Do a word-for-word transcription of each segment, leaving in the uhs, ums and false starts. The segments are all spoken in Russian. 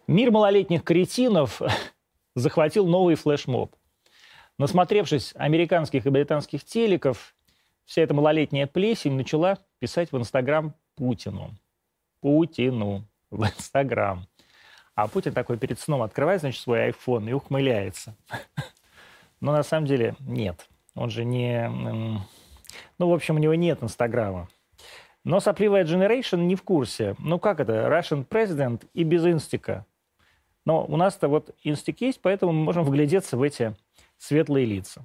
Мир малолетних кретинов захватил новый флешмоб. Насмотревшись американских и британских телеков, вся эта малолетняя плесень начала писать в Инстаграм Путину. Путину в Инстаграм. А Путин такой перед сном открывает, значит, свой айфон и ухмыляется. Но на самом деле нет. Он же не... Ну, в общем, у него нет Инстаграма. Но сопливая Generation не в курсе. Ну, как это? Russian President и без инстика. Но у нас-то вот инстик есть, поэтому мы можем вглядеться в эти светлые лица.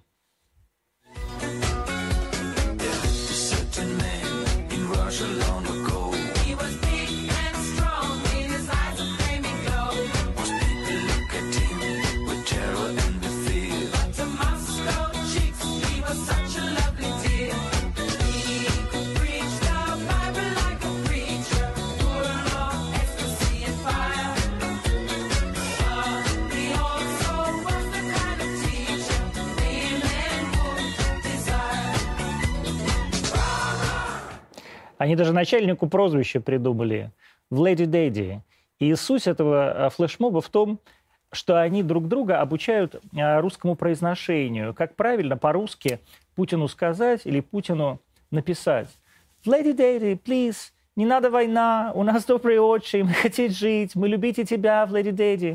Они даже начальнику прозвище придумали в Lady Daddy. И суть этого флешмоба в том, что они друг друга обучают русскому произношению. Как правильно по-русски Путину сказать или Путину написать. Lady Daddy, please, не надо война, у нас добрые очи, мы хотим жить, мы любите тебя, Lady Daddy.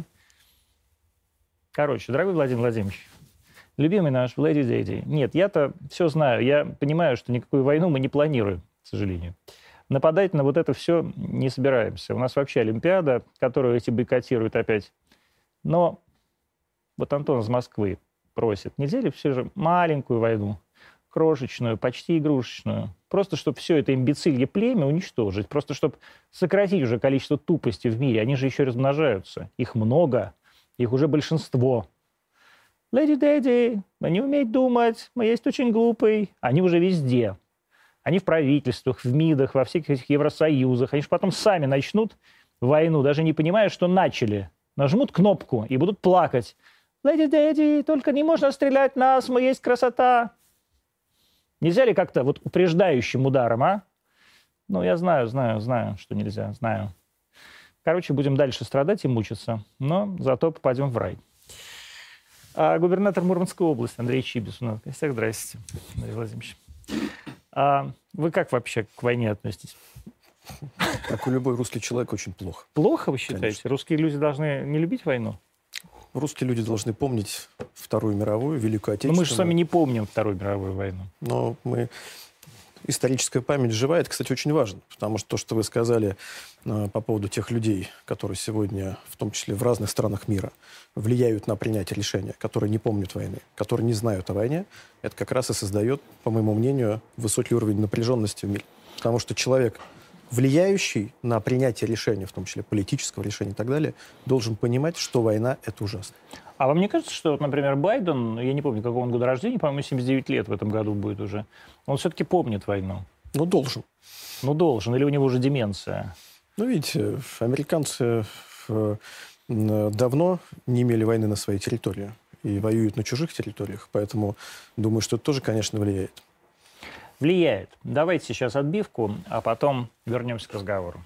Короче, дорогой Владимир Владимирович, любимый наш Lady Daddy. Нет, я-то все знаю, я понимаю, что никакую войну мы не планируем, к сожалению. Нападать на вот это все не собираемся. У нас вообще Олимпиада, которую эти бойкотируют опять. Но вот Антон из Москвы просит, нельзя ли все же маленькую войну, крошечную, почти игрушечную, просто чтобы все это имбецилье племя уничтожить, просто чтобы сократить уже количество тупости в мире. Они же еще размножаются. Их много, их уже большинство. Lady Daddy, мы не умеем думать, мы есть очень глупый. Они уже везде. Они в правительствах, в МИДах, во всяких этих Евросоюзах. Они же потом сами начнут войну, даже не понимая, что начали. Нажмут кнопку и будут плакать. Lady Daddy, только не можно стрелять в нас, мы есть красота. Нельзя ли как-то вот упреждающим ударом, а? Ну, я знаю, знаю, знаю, что нельзя, знаю. Короче, будем дальше страдать и мучиться, но зато попадем в рай. А губернатор Мурманской области Андрей Чибис у нас в гостях. Здравствуйте, Андрей Владимирович. А вы как вообще к войне относитесь? Как и любой русский человек, очень плохо. Плохо, вы считаете? Конечно. Русские люди должны не любить войну? Русские люди должны помнить Вторую мировую, Великую Отечественную. Но мы же с вами не помним Вторую мировую войну. Но мы... Историческая память жива. Это, кстати, очень важно. Потому что то, что вы сказали э, по поводу тех людей, которые сегодня, в том числе в разных странах мира, влияют на принятие решения, которые не помнят войны, которые не знают о войне, это как раз и создает, по моему мнению, высокий уровень напряженности в мире. Потому что человек, влияющий на принятие решения, в том числе политического решения и так далее, должен понимать, что война — это ужасно. А вам не кажется, что, вот, например, Байден, я не помню, какого он года рождения, по-моему, семьдесят девять лет в этом году будет уже, он все-таки помнит войну? Ну, должен. Ну, должен. Или у него уже деменция? Ну, видите, американцы э, давно не имели войны на своей территории и воюют на чужих территориях, поэтому думаю, что это тоже, конечно, влияет. Влияет. Давайте сейчас отбивку, а потом вернемся к разговору.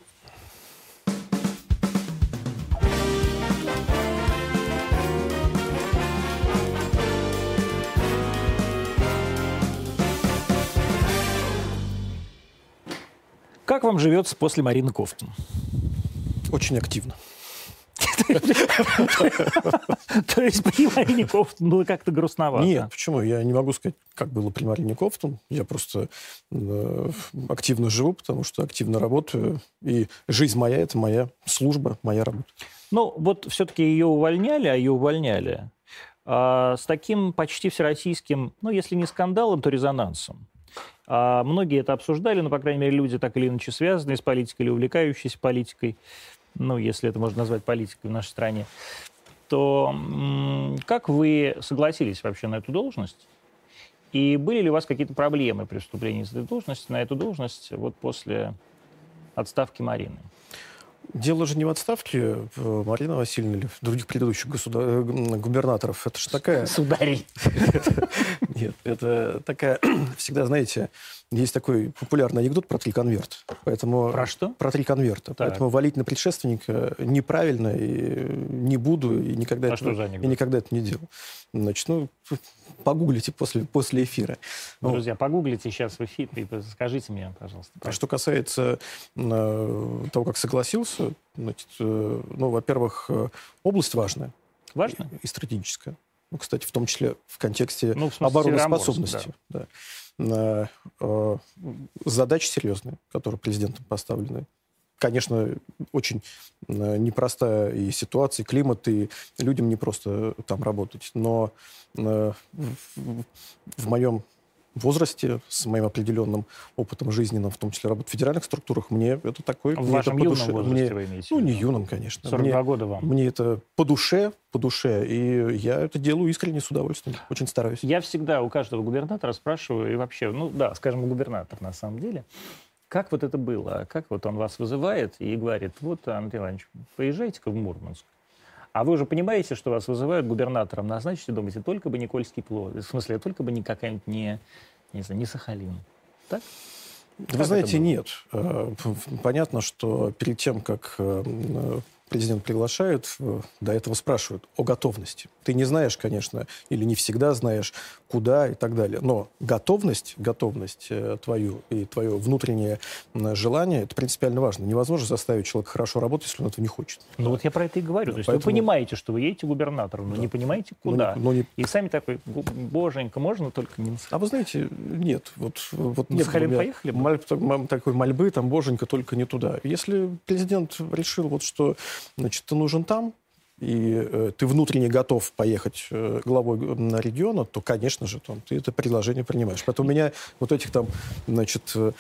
Как вам живется после Марины Ковтун? Очень активно. То есть при Марине Ковтун было как-то грустновато? Нет, почему? Я не могу сказать, как было при Марине Ковтун. Я просто активно живу, потому что активно работаю. И жизнь моя — это моя служба, моя работа. Ну, вот все-таки ее увольняли, а ее увольняли с таким почти всероссийским, ну, если не скандалом, то резонансом. А многие это обсуждали, но, по крайней мере, люди так или иначе связанные с политикой или увлекающиеся политикой, ну, если это можно назвать политикой в нашей стране, то как вы согласились вообще на эту должность? И были ли у вас какие-то проблемы при вступлении с этой должности, на эту должность вот после отставки Марины? Дело же не в отставке Марины Васильевны или других предыдущих государ... губернаторов. Это же такая... Сударей. Нет, это такая... Всегда, знаете, есть такой популярный анекдот про три конверта. Поэтому... Про что? Про три конверта. Так. Поэтому валить на предшественника неправильно, и не буду, и никогда, А это... что за анекдот? и никогда это не делал. Значит, ну, погуглите после, после эфира. Ну, друзья, погуглите сейчас в эфире и скажите мне, пожалуйста. А что касается э, того, как согласился, значит, э, ну, во-первых, э, область важная. Важно? И, и стратегическая. Ну, кстати, в том числе в контексте ну, в смысле, обороноспособности. Да. Да. Э, э, задачи серьезные, которые президентом поставлены. Конечно, очень э, непростая и ситуация, и климат, и людям не просто там работать. Но э, в, в моем возрасте, с моим определенным опытом жизненным, в том числе работы в федеральных структурах, мне это такой... В мне вашем это по юном душе. возрасте Мне, вы имеете? ну, не юном, конечно. сорок два мне, года вам. Мне это по душе, по душе, и я это делаю искренне, с удовольствием, очень стараюсь. Я всегда у каждого губернатора спрашиваю, и вообще, ну да, скажем, губернатор на самом деле, как вот это было? Как вот он вас вызывает и говорит, вот, Андрей Иванович, поезжайте-ка в Мурманск. А вы уже понимаете, что вас вызывают губернатором назначить, и думаете, только бы не Кольский полуостров. В смысле, только бы не какая-нибудь не, не, знаю, не Сахалин. Так? Вы Как знаете, нет. Понятно, что перед тем, как президент приглашает, до этого спрашивают о готовности. Ты не знаешь, конечно, или не всегда знаешь, куда и так далее. Но готовность, готовность твою и твое внутреннее желание, это принципиально важно. Невозможно заставить человека хорошо работать, если он этого не хочет. Ну вот я про это и говорю. Да, То есть поэтому... вы понимаете, что вы едете губернатором, но да. не понимаете, куда. Но не, но не... И сами такой, боженька, можно только не на Сахалин. А вы знаете, нет. Вот, вот на нет Сахалин поехали бы? Моль, такой мольбы, там, боженька, только не туда. Если президент решил, вот, что значит, ты нужен там, и э, ты внутренне готов поехать э, главой э, региона, то, конечно же, там, ты это предложение принимаешь. Поэтому у меня вот этих там, значит, э,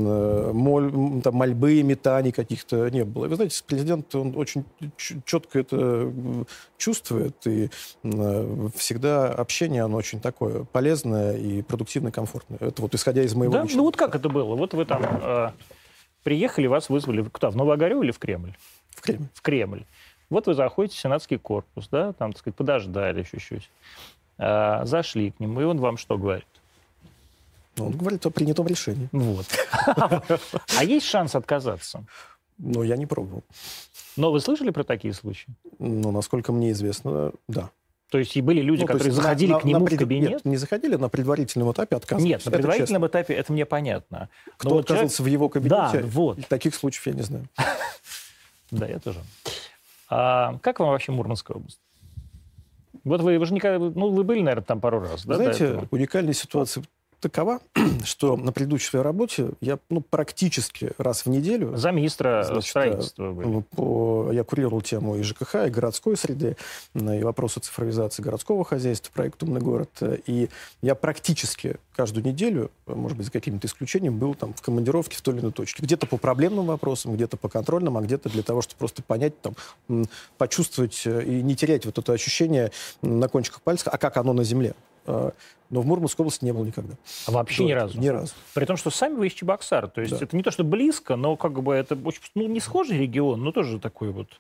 моль, там, мольбы, метаний каких-то не было. И вы знаете, президент, он очень четко это чувствует, и э, всегда общение, оно очень такое полезное и продуктивное, комфортное. Это вот исходя из моего да? личного. Ну вот как это было? Вот вы там э, приехали, вас вызвали куда? В Новоогарёво или в Кремль? В Кремль. В Кремль. Вот вы заходите в Сенатский корпус, да, там, так сказать, подождали чуть-чуть, а, зашли к нему, и он вам что говорит? Он говорит о принятом решении. Вот. А есть шанс отказаться? Но я не пробовал. Но вы слышали про такие случаи? Ну, насколько мне известно, да. То есть и были люди, ну, которые заходили на, к нему на, в кабинет? Нет, не заходили, на предварительном этапе отказывались. Нет, на это предварительном честно. этапе это мне понятно. Кто Но отказался человек... в его кабинете, да, вот. таких случаев я не знаю. Да, я тоже. А как вам вообще Мурманская область? Вот вы, вы же никогда... Ну, вы были, наверное, там пару раз, да? Знаете, уникальная ситуация такова, что на предыдущей своей работе я ну, практически раз в неделю... Замминистра значит, строительства были. По, я курировал тему и ЖКХ, и городской среды, и вопросы цифровизации городского хозяйства, проект «Умный город». И я практически каждую неделю, может быть, за каким-то исключением, был там в командировке в той или иной точке. Где-то по проблемным вопросам, где-то по контрольным, а где-то для того, чтобы просто понять, там, почувствовать и не терять вот это ощущение на кончиках пальцев, а как оно на земле. Но в Мурманской области не было никогда. А вообще да, ни разу? Ни разу. При том, что сами вы из Чебоксар. То есть да. это не то, что близко, но как бы это очень, ну, не схожий регион, но тоже такой вот...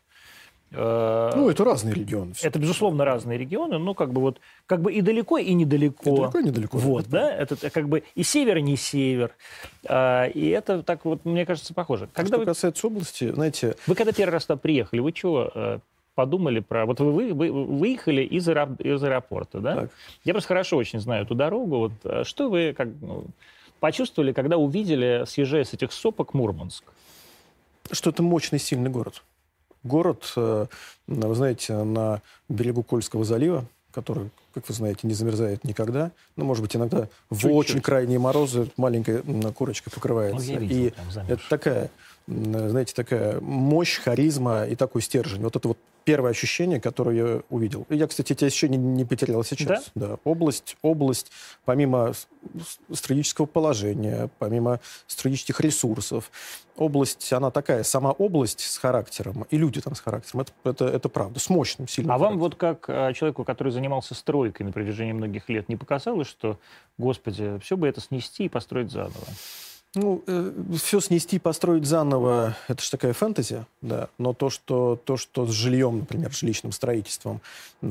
Э, ну, это разные регионы. Это, безусловно, разные регионы, но как бы вот как бы и далеко, и недалеко. И далеко, и недалеко. Вот, да? Это как бы и север, и не север. А, и это так вот, мне кажется, похоже. Когда что вы... касается области, знаете... Вы когда первый раз туда приехали, вы чего... подумали про... Вот вы, вы, вы выехали из, аэро... из аэропорта, да? Так. Я просто хорошо очень знаю эту дорогу. Вот, что вы как, ну, почувствовали, когда увидели, съезжая с этих сопок, Мурманск? Что это мощный, сильный город. Город, вы знаете, на берегу Кольского залива, который, как вы знаете, не замерзает никогда. Ну, может быть, иногда Чуть-чуть. В очень крайние морозы маленькая корочка покрывается. Ну, я видел, и там это такая, знаете, такая мощь, харизма и такой стержень. Вот это вот первое ощущение, которое я увидел. И я, кстати, эти ощущения не потерял сейчас. Да? Да. Область, область, помимо стратегического положения, помимо стратегических ресурсов, область, она такая, сама область с характером, и люди там с характером, это, это, это правда, с мощным, сильным А характером. вам вот как а, человеку, который занимался стройкой на протяжении многих лет, не показалось, что, господи, все бы это снести и построить заново? Ну, э, все снести, построить заново, это же такая фэнтези, да. Но то, что, то, что с жильем, например, жилищным строительством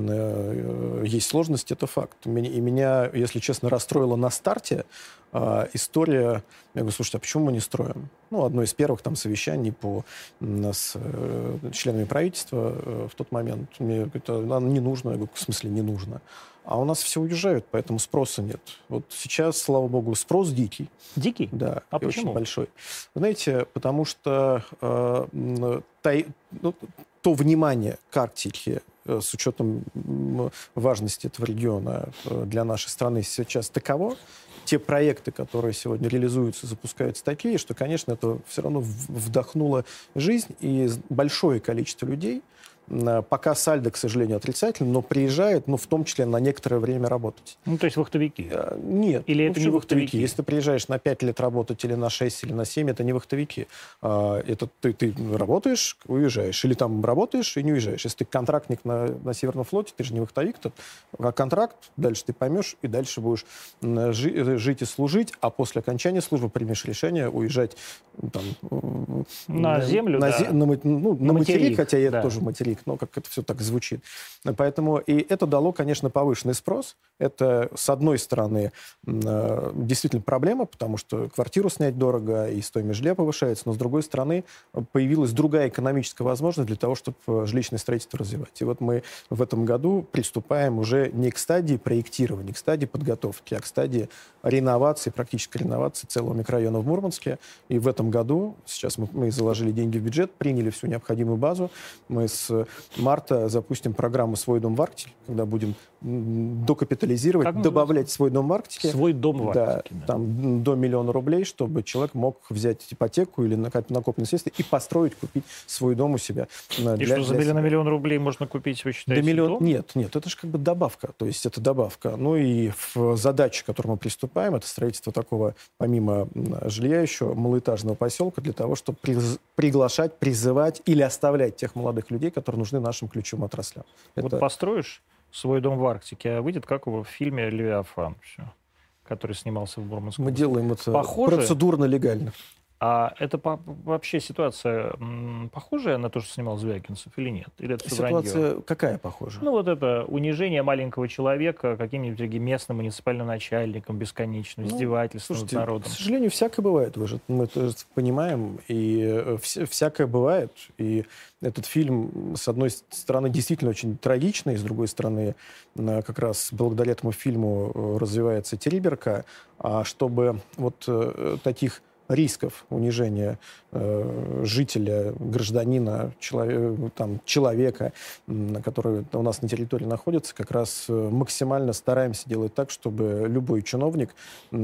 э, есть сложности, это факт. И меня, если честно, расстроило на старте э, история. Я говорю, слушайте, а почему мы не строим? Ну, одно из первых там совещаний по, с э, членами правительства э, в тот момент. Мне это не нужно. Я говорю, в смысле не нужно? А у нас все уезжают, поэтому спроса нет. Вот сейчас, слава богу, спрос дикий. Дикий? Да, а и почему? Очень большой. Вы знаете, потому что э, та, ну, то внимание к Арктике э, с учетом э, важности этого региона э, для нашей страны сейчас таково, те проекты, которые сегодня реализуются, запускаются такие, что, конечно, это все равно вдохнуло жизнь, и большое количество людей, пока сальдо, к сожалению, отрицательный, но приезжает, ну, в том числе на некоторое время работать. Ну, то есть вахтовики? Нет. Или ну, это не вахтовики? вахтовики? Если ты приезжаешь на пять лет работать или на шесть, или на семь, это не вахтовики. Это ты, ты работаешь, уезжаешь. Или там работаешь и не уезжаешь. Если ты контрактник на, на Северном флоте, ты же не вахтовик, то, а контракт, дальше ты поймешь, и дальше будешь жи- жить и служить, а после окончания службы примешь решение уезжать там, на, на землю, на, да. зе- на, ну, на, на материк, материк, хотя и да. это тоже материк, но как это все так звучит. Поэтому и это дало, конечно, повышенный спрос. Это, с одной стороны, действительно проблема, потому что квартиру снять дорого, и стоимость жилья повышается, но, с другой стороны, появилась другая экономическая возможность для того, чтобы жилищное строительство развивать. И вот мы в этом году приступаем уже не к стадии проектирования, не к стадии подготовки, а к стадии реновации, практической реновации целого микрорайона в Мурманске. И в этом году, сейчас мы, мы заложили деньги в бюджет, приняли всю необходимую базу. Мы с марта запустим программу «Свой дом в Арктике», когда будем докапитализировать, как добавлять свой дом в Арктике. Свой дом в Арктике. Да, да. Там до миллиона рублей, чтобы человек мог взять ипотеку или накопленные средства и построить, купить свой дом у себя. И для, что, за для... на миллион рублей можно купить, вы считаете, да миллион... дом? Нет, нет, это же как бы добавка. То есть это добавка. Ну и в задачи, к которым мы приступаем, это строительство такого, помимо жилья, еще малоэтажного поселка для того, чтобы приглашать, призывать или оставлять тех молодых людей, которые нужны нашим ключевым отраслям. Вот это... построишь свой дом в Арктике, а выйдет как его в фильме «Левиафан», все, который снимался в Мурманске. Мы делаем это Похоже... процедурно легально. А это по вообще ситуация м, похожая на то, что снимал Звягинцев, или нет? Или это ситуация вранье? Какая похожа? Ну, вот это унижение маленького человека каким-нибудь местным муниципальным начальником бесконечно, ну, издевательство над народом. К сожалению, всякое бывает. Вы же, мы это понимаем. И вся, всякое бывает. И этот фильм, с одной стороны, действительно очень трагичный, с другой стороны, как раз благодаря этому фильму развивается Териберка. А чтобы вот таких рисков унижения э, жителя, гражданина, человек, там, человека, который у нас на территории находится, как раз максимально стараемся делать так, чтобы любой чиновник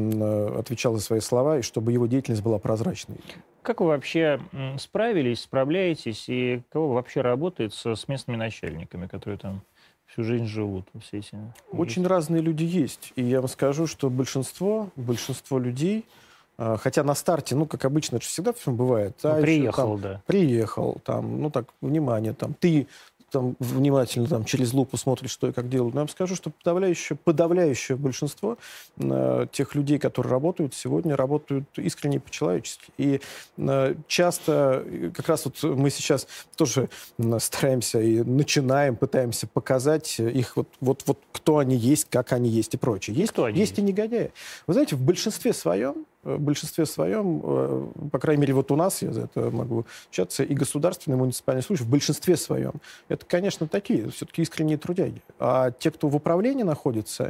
э, отвечал за свои слова и чтобы его деятельность была прозрачной. Как вы вообще справились, справляетесь, и кого вообще работает с местными начальниками, которые там всю жизнь живут? Все эти... Очень есть? Разные люди есть. И я вам скажу, что большинство, большинство людей, хотя на старте, ну, как обычно, это же всегда все бывает. Ну, а приехал, там, да. Приехал, там, ну, так, внимание, там, ты там, внимательно там, через лупу смотришь, что и как делают. Но я вам скажу, что подавляющее, подавляющее большинство э, тех людей, которые работают сегодня, работают искренне по-человечески. И э, часто, как раз вот мы сейчас тоже стараемся и начинаем, пытаемся показать их, вот, вот, вот кто они есть, как они есть и прочее. Есть, кто они есть есть? И негодяи. Вы знаете, в большинстве своем в большинстве своем, по крайней мере, вот у нас, я за это могу общаться, и государственные, и муниципальные службы, в большинстве своем, это, конечно, такие, все-таки искренние трудяги. А те, кто в управлении находится,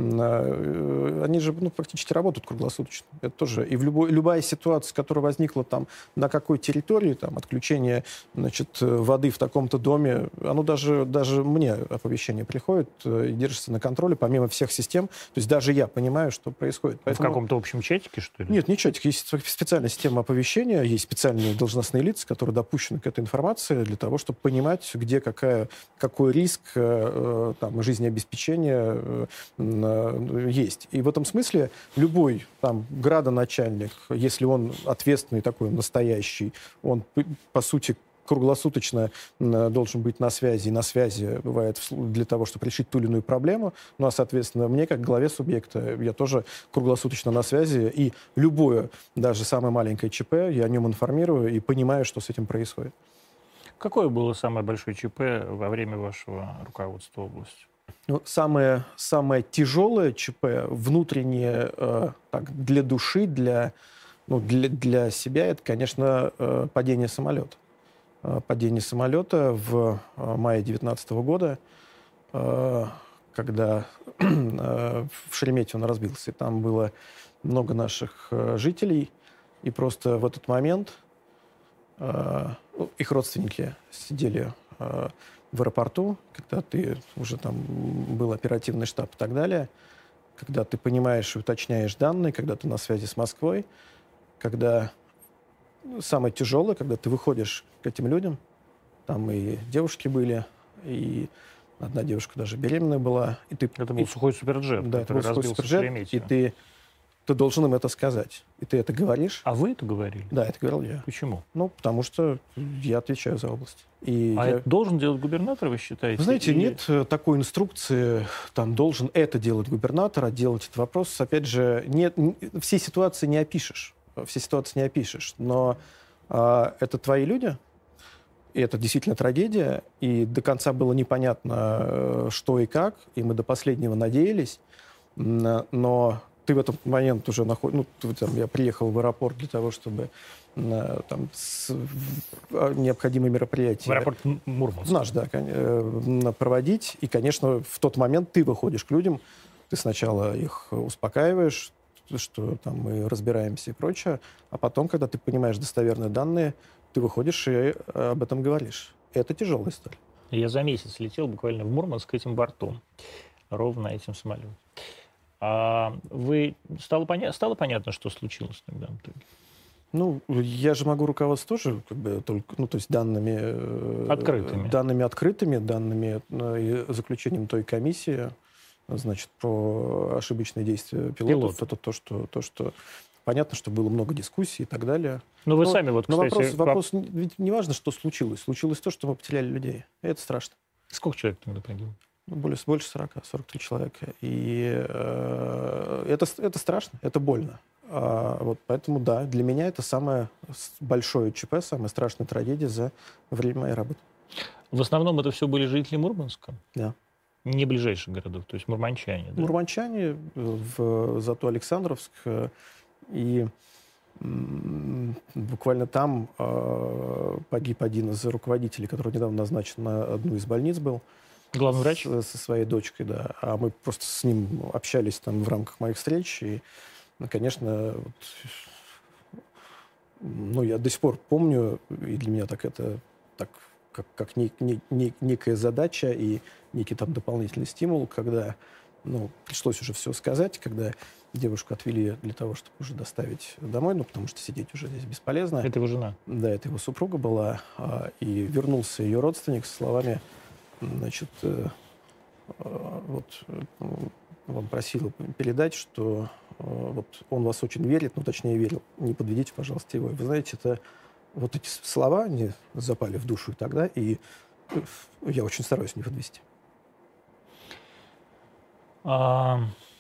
они же ну, практически работают круглосуточно. Это тоже. И в любой, любая ситуация, которая возникла там на какой территории, там, отключение значит, воды в таком-то доме, оно даже, даже мне оповещение приходит и держится на контроле, помимо всех систем. То есть даже я понимаю, что происходит. Поэтому... В каком-то общем чатике, что ли? Нет, не чатик. Есть специальная система оповещения, есть специальные должностные лица, которые допущены к этой информации для того, чтобы понимать, где какая, какой риск э, там, жизнеобеспечения э, есть. И в этом смысле любой там, градоначальник, если он ответственный такой, настоящий, он, по сути, круглосуточно должен быть на связи, и на связи бывает для того, чтобы решить ту или иную проблему. Ну, а, соответственно, мне, как главе субъекта, я тоже круглосуточно на связи, и любое, даже самое маленькое ЧП, я о нем информирую и понимаю, что с этим происходит. Какое было самое большое ЧП во время вашего руководства областью? Ну, самое, самое тяжелое ЧП, внутреннее, э, так, для души, для, ну, для, для себя, это, конечно, э, падение самолета. Э, падение самолета в э, мае две тысячи девятнадцатого года, э, когда э, в Шереметьево он разбился. И там было много наших э, жителей, и просто в этот момент э, ну, их родственники сидели э, в аэропорту, когда ты уже там был оперативный штаб и так далее, когда ты понимаешь и уточняешь данные, когда ты на связи с Москвой, когда самое тяжелое, когда ты выходишь к этим людям, там и девушки были, и одна девушка даже беременная была. И ты, это был и, сухой суперджет, да, который это был разбился суперджет, в Шереметьево. И ты, ты должен им это сказать. И ты это говоришь. А вы это говорили? Да, это говорил я. Почему? Ну, потому что я отвечаю за область. И а я... это должен делать губернатор, вы считаете? Вы знаете, или... нет такой инструкции, там, должен это делать губернатор, а делать этот вопрос. Опять же, нет, все ситуации не опишешь. Все ситуации не опишешь. Но а, это твои люди, и это действительно трагедия, и до конца было непонятно, что и как, и мы до последнего надеялись, но ты в этот момент уже находишься... Ну, там, я приехал в аэропорт для того, чтобы там, с, необходимые мероприятия... В аэропорт Мурманск. Наш, да, проводить. И, конечно, в тот момент ты выходишь к людям, ты сначала их успокаиваешь, что там мы разбираемся и прочее, а потом, когда ты понимаешь достоверные данные, ты выходишь и об этом говоришь. Это тяжелая история. Я за месяц летел буквально в Мурманск этим бортом, ровно этим самолетом. А вы стало, поня... стало понятно, что случилось тогда в итоге? Ну, я же могу руководствоваться тоже, как бы, только, ну, то есть данными... Открытыми. Данными открытыми, данными и заключением той комиссии, значит, по ошибочные действия пилотов. Пилот. Это то что, то, что... Понятно, что было много дискуссий и так далее. Но вы но, сами вот, но кстати... вопрос, вопрос, ведь не важно, что случилось. Случилось то, что мы потеряли людей. И это страшно. Сколько человек тогда погибло? Более, больше сорока, сорок три человека. И э, это, это страшно, это больно. А, вот поэтому, да, для меня это самое большое ЧП, самая страшная трагедия за время моей работы. В основном это все были жители Мурманска? Да. Не ближайших городов, то есть мурманчане, да? Мурманчане, в, зато Александровск. И м, буквально там э, погиб один из руководителей, который недавно назначен на одну из больниц был. Главный врач? С, со своей дочкой, да. А мы просто с ним общались там в рамках моих встреч. И, ну, конечно, вот, ну, я до сих пор помню, и для меня так это так, как, как не, не, не, некая задача и некий там дополнительный стимул, когда ну, пришлось уже все сказать, когда девушку отвели для того, чтобы уже доставить домой, ну, потому что сидеть уже здесь бесполезно. Это его жена? Да, это его супруга была. И вернулся ее родственник со словами, значит, вот он просил передать, что вот он вас очень верит, ну, точнее, верил. Не подведите, пожалуйста, его. И вы знаете, это вот эти слова, они запали в душу и тогда, и я очень стараюсь не подвести. А...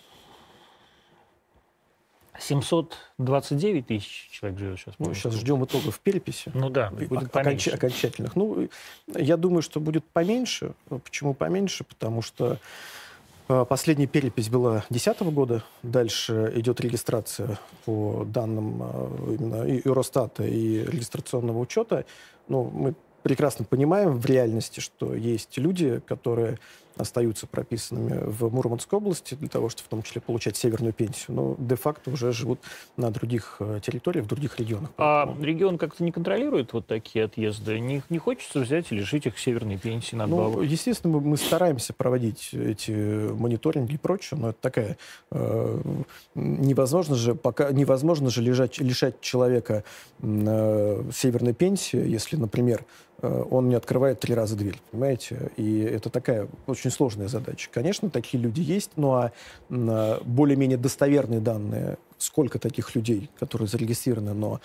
семьсот двадцать девять тысяч человек живет сейчас. Ну, сейчас ждем итогов переписи. Ну да, будет поменьше. Окончательных. Ну, я думаю, что будет поменьше. Почему поменьше? Потому что последняя перепись была две тысячи десятого года. Дальше идет регистрация по данным именно и Росстата, и регистрационного учета. Ну, мы прекрасно понимаем в реальности, что есть люди, которые остаются прописанными в Мурманской области для того, чтобы в том числе получать северную пенсию, но де-факто уже живут на других территориях, в других регионах. А поэтому... регион как-то не контролирует вот такие отъезды? Не, не хочется взять и лишить их северной пенсии, надбавок? Ну, естественно, мы, мы стараемся проводить эти мониторинги и прочее, но это такая... Э, невозможно же, пока, невозможно же лежать, лишать человека э, северной пенсии, если, например, он не открывает три раза дверь, понимаете? И это такая очень сложная задача. Конечно, такие люди есть, но более-менее достоверные данные, сколько таких людей, которые зарегистрированы, но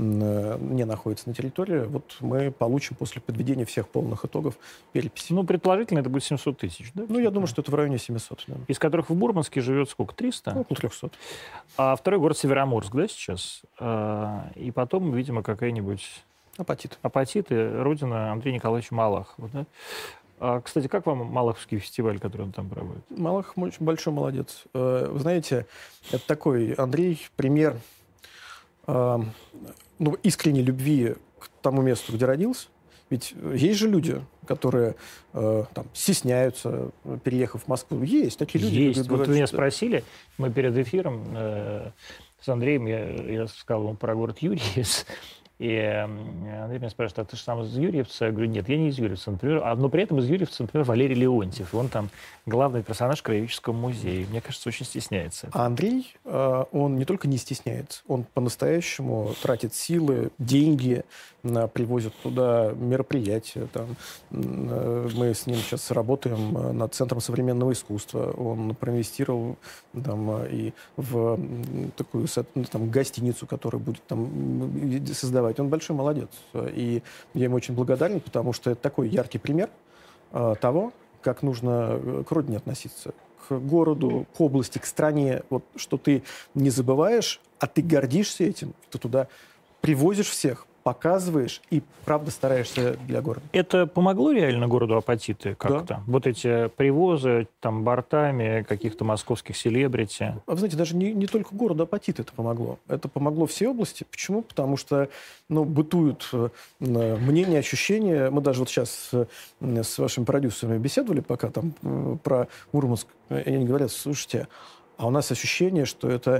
не находятся на территории, вот мы получим после подведения всех полных итогов переписи. Ну, предположительно, это будет семьсот тысяч, да? Ну, я думаю, что это в районе семисот. Да. Из которых в Мурманске живет сколько? триста? Ну, около трехсот. А второй город Североморск, да, сейчас? И потом, видимо, какая-нибудь... Апатит. Апатиты, родина Андрея Николаевича Малахова, да? А, кстати, как вам Малаховский фестиваль, который он там проводит? Малахов очень большой молодец. Вы знаете, это такой, Андрей, пример э, ну, искренней любви к тому месту, где родился. Ведь есть же люди, которые э, там, стесняются, переехав в Москву. Есть такие люди. Есть. Вот говорят, вы меня что... спросили, мы перед эфиром э, с Андреем, я, я сказал ему про город Юрьевец, и Андрей меня спрашивает, а ты же сам из Юрьевца? Я говорю, нет, я не из Юрьевца, например. А, но при этом из Юрьевца, например, Валерий Леонтьев. Он там главный персонаж Краеведческого музея. Мне кажется, очень стесняется. А Андрей, он не только не стесняется, он по-настоящему тратит силы, деньги, привозит туда мероприятия. Там. Мы с ним сейчас работаем над Центром современного искусства. Он проинвестировал там, и в такую там, гостиницу, которая будет там создавать. Он большой молодец. И я ему очень благодарен, потому что это такой яркий пример а, того, как нужно к родине относиться. К городу, к области, к стране. Вот, что ты не забываешь, а ты гордишься этим. Ты туда привозишь всех, показываешь и, правда, стараешься для города. Это помогло реально городу Апатиты как-то? Да. Вот эти привозы там бортами каких-то московских селебрити? А вы знаете, даже не, не только городу Апатиты это помогло. Это помогло всей области. Почему? Потому что ну, бытуют э, мнения, ощущения. Мы даже вот сейчас э, с вашими продюсерами беседовали, пока там э, про Мурманск. И они говорят, слушайте, а у нас ощущение, что это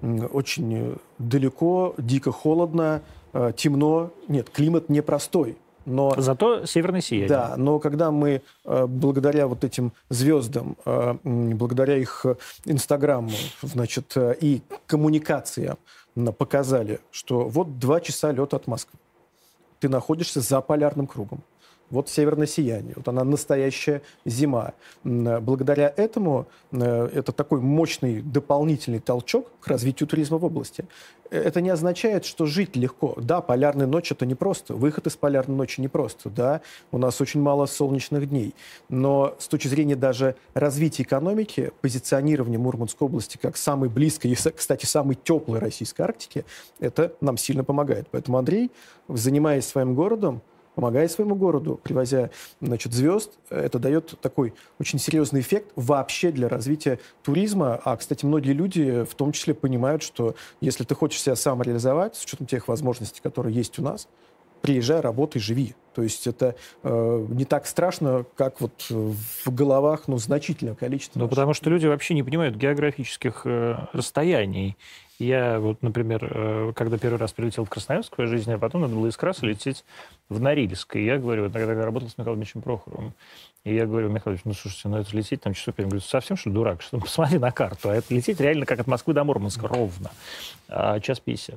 очень далеко, дико холодно, темно. Нет, климат непростой. Но, Зато северное сияние. Да, но когда мы благодаря вот этим звездам, благодаря их инстаграму, значит, и коммуникациям показали, что вот два часа лета от Москвы, ты находишься за полярным кругом. Вот северное сияние, вот она настоящая зима. Благодаря этому это такой мощный дополнительный толчок к развитию туризма в области. Это не означает, что жить легко. Да, полярная ночь – это непросто. Выход из полярной ночи непросто. Да, у нас очень мало солнечных дней. Но с точки зрения даже развития экономики, позиционирования Мурманской области как самой близкой и, кстати, самой теплой российской Арктики, это нам сильно помогает. Поэтому Андрей, занимаясь своим городом, помогая своему городу, привозя значит, звезд, это дает такой очень серьезный эффект вообще для развития туризма. А, кстати, многие люди в том числе понимают, что если ты хочешь себя самореализовать, с учетом тех возможностей, которые есть у нас, приезжай, работай, живи. То есть это э, не так страшно, как вот в головах ну, значительное количество. Ну, наших. потому что люди вообще не понимают географических э, расстояний. Я вот, например, э, когда первый раз прилетел в Красноярск в своей жизни, а потом надо было из Краса лететь в Норильск. И я говорю, вот тогда я работал с Михаилом Ильичем Прохоровым, и я говорю, Михаил Ильич, ну, слушайте, ну, это лететь там часов пять. Я говорю, совсем, что ли, дурак? Что? Посмотри на карту. А это лететь реально как от Москвы до Мурманска ровно. А, час пятьдесят.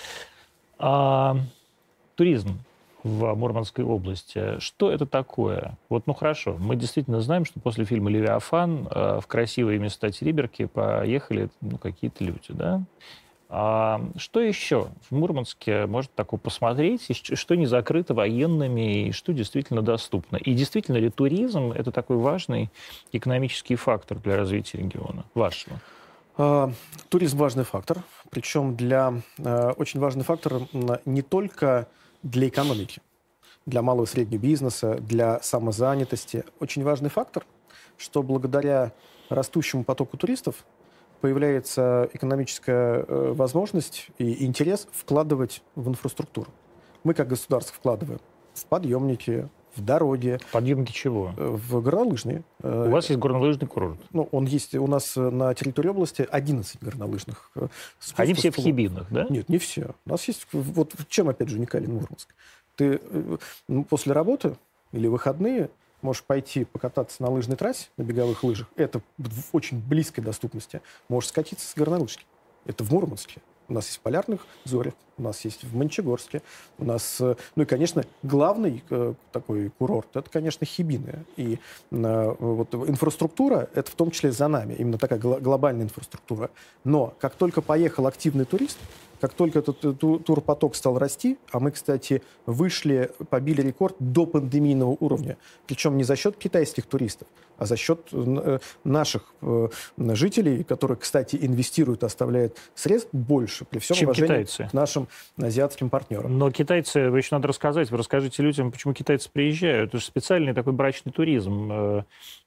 А, туризм в Мурманской области. Что это такое? Вот, ну хорошо, мы действительно знаем, что после фильма «Левиафан» в красивые места Териберки поехали ну, какие-то люди, да? А что еще в Мурманске можно такого посмотреть, что не закрыто военными, и что действительно доступно? И действительно ли туризм – это такой важный экономический фактор для развития региона вашего? А, туризм – важный фактор, причем для, а, очень важный фактор не только для экономики, для малого и среднего бизнеса, для самозанятости. Очень важный фактор, что благодаря растущему потоку туристов появляется экономическая э, возможность и интерес вкладывать в инфраструктуру. Мы, как государство, вкладываем в подъемники, в дороги. Подъемники чего? В горнолыжные. У вас есть горнолыжный курорт? Ну, он есть у нас на территории области одиннадцать горнолыжных спусков. Они все в Хибинах, да? Нет, не все. У нас есть... Вот чем, опять же, уникален Мурманск? Ты ну, после работы или выходные можешь пойти покататься на лыжной трассе, на беговых лыжах. Это в очень близкой доступности. Можешь скатиться с горнолыжки. Это в Мурманске. У нас есть в Полярных Зорях, у нас есть в Мончегорске, у нас... Ну и, конечно, главный э, такой курорт, это, конечно, Хибины. И э, вот инфраструктура, это в том числе за нами, именно такая гл- глобальная инфраструктура. Но как только поехал активный турист, как только этот турпоток стал расти, а мы, кстати, вышли, побили рекорд до пандемийного уровня, причем не за счет китайских туристов, а за счет наших жителей, которые, кстати, инвестируют, оставляют средств больше, при всем чем уважении китайцы. К нашим азиатским партнерам. Но китайцы, вы еще надо рассказать, вы расскажите людям, почему китайцы приезжают. Это же специальный такой брачный туризм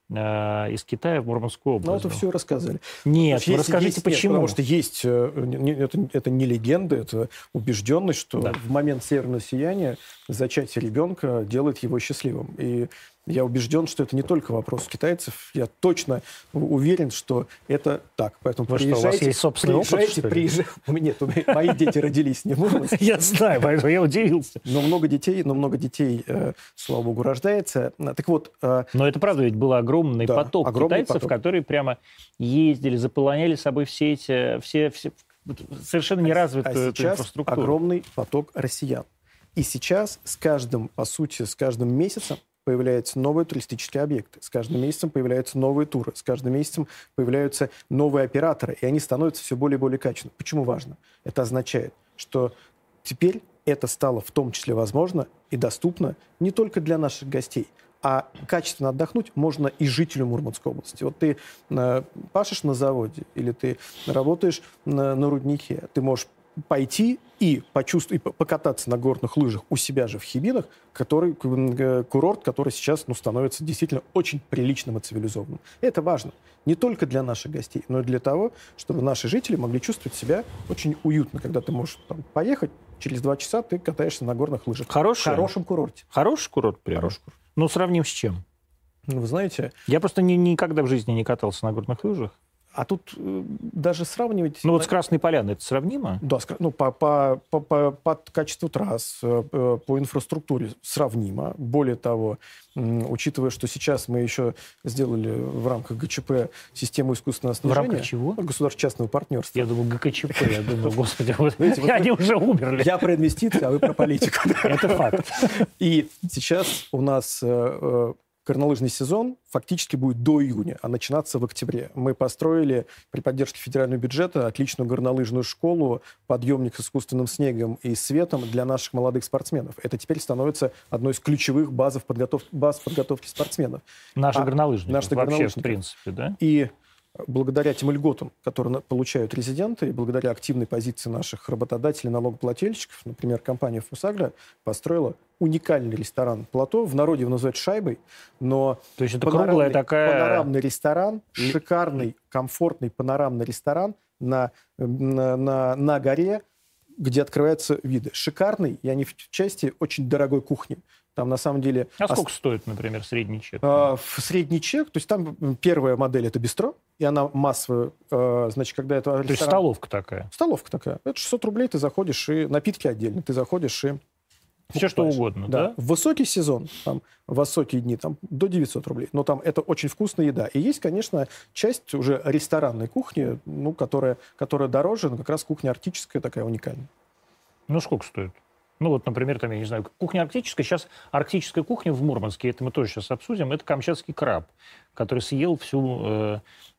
из Китая в Мурманскую область. Ну, это все рассказали. Нет, вы есть, расскажите, есть, почему. Нет, потому что есть, это, это не легенда, это убежденность, что да. в момент северного сияния зачатие ребенка делает его счастливым. И я убежден, что это не только вопрос китайцев. Я точно уверен, что это так. Поэтому Вы приезжайте, что, у вас есть собственный приезжайте, опыт, что ли? приезжайте. Нет, у меня, мои дети родились не в Мурманске. Я знаю, поэтому я удивился. Но много детей, но много детей, слава богу, рождается. Так вот... Но это правда, ведь был огромный да, поток огромный китайцев, поток. которые прямо ездили, заполоняли собой все эти... Все, все, совершенно неразвитую а сейчас инфраструктуру. Огромный поток россиян. И сейчас с каждым, по сути, с каждым месяцем появляются новые туристические объекты, с каждым месяцем появляются новые туры, с каждым месяцем появляются новые операторы, и они становятся все более и более качественными. Почему важно? Это означает, что теперь это стало в том числе возможно и доступно не только для наших гостей, а качественно отдохнуть можно и жителю Мурманской области. Вот ты э, пашешь на заводе или ты работаешь на, на руднике, ты можешь пойти и почувствовать, и покататься на горных лыжах у себя же в Хибинах, который, курорт, который сейчас ну, становится действительно очень приличным и цивилизованным. Это важно не только для наших гостей, но и для того, чтобы наши жители могли чувствовать себя очень уютно, когда ты можешь там, поехать, через два часа ты катаешься на горных лыжах. Хороший? В хорошем курорте. Хороший курорт прямо? Хороший курорт. Ну, сравним с чем? Ну, вы знаете... Я просто ни, никогда в жизни не катался на горных лыжах. А тут э, даже сравнивать... Ну вот с Красной Поляной это сравнимо? Да, ну, по, по, по, по, по качеству трасс, э, по инфраструктуре сравнимо. Более того, э, учитывая, что сейчас мы еще сделали в рамках ГЧП систему искусственного снижения... В рамках чего? Государственно-частного партнерства. Я думал, ГКЧП. Я думал, господи, они уже умерли. Я про инвестиции, а вы про политику. Это факт. И сейчас у нас... горнолыжный сезон фактически будет до июня, а начинаться в октябре. Мы построили при поддержке федерального бюджета отличную горнолыжную школу, подъемник с искусственным снегом и светом для наших молодых спортсменов. Это теперь становится одной из ключевых базов подготовки, баз подготовки спортсменов. Наши а, горнолыжники. Наши вообще, горнолыжники. в принципе, да? И благодаря тем льготам, которые получают резиденты, и благодаря активной позиции наших работодателей, налогоплательщиков, например, компания «Фусагра» построила уникальный ресторан «Плато». В народе его называют «Шайбой», но то есть это круглая такая... панорамный ресторан, шикарный, комфортный панорамный ресторан на, на, на, на горе, где открываются виды. Шикарный, и они в части очень дорогой кухни. Там, на самом деле... А сколько ос... стоит, например, средний чек? А, средний чек, то есть там первая модель — это бистро, и она массовая. А, значит, когда это ресторан... То есть столовка такая? Столовка такая. Это шестьсот рублей, ты заходишь, и напитки отдельно. Ты заходишь и... Все что угодно, да? да? В высокий сезон, там, в высокие дни, там, до девятьсот рублей. Но там это очень вкусная еда. И есть, конечно, часть уже ресторанной кухни, ну, которая, которая дороже, но как раз кухня арктическая такая уникальная. Ну, сколько стоит? Ну, вот, например, там, я не знаю, кухня арктическая. Сейчас арктическая кухня в Мурманске, это мы тоже сейчас обсудим, это камчатский краб, который съел всю, э,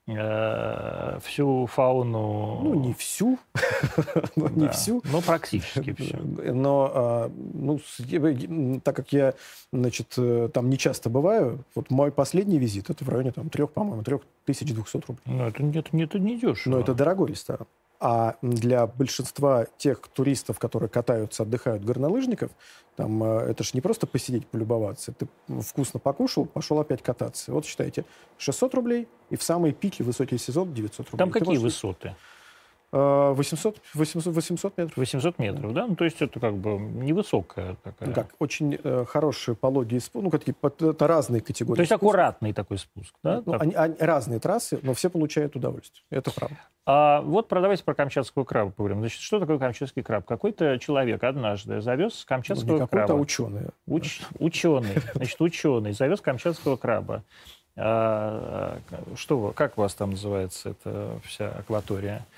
э, всю фауну... Ну, не всю, но не всю. Ну, практически всю. Но, ну, так как я, значит, там не часто бываю, вот мой последний визит, это в районе, там, трех, по-моему, трех тысяч двухсот рублей. Ну, это, это, это не дешево. Но это дорогой ресторан. А для большинства тех туристов, которые катаются, отдыхают, горнолыжников, там, это ж не просто посидеть, полюбоваться. Ты вкусно покушал, пошел опять кататься. Вот считайте, шестьсот рублей, и в самые пики, высокий сезон, девятьсот рублей. Там какие можешь... высоты? восемьсот, восемьсот, восемьсот метров. восемьсот метров, да? Ну, то есть это как бы невысокая такая. Ну, как, очень э, хорошие пологие спуски, ну, какие, это разные категории. То есть спуска. аккуратный такой спуск, да? Ну, они, они, разные трассы, но все получают удовольствие. Это правда. А вот про, давайте про камчатского краба поговорим. Значит, что такое камчатский краб? Какой-то человек однажды завез камчатского ну, не краба. какой-то, а ученый. Уч, ученый, значит, ученый завез камчатского краба. А, что, как у вас там называется эта вся акватория?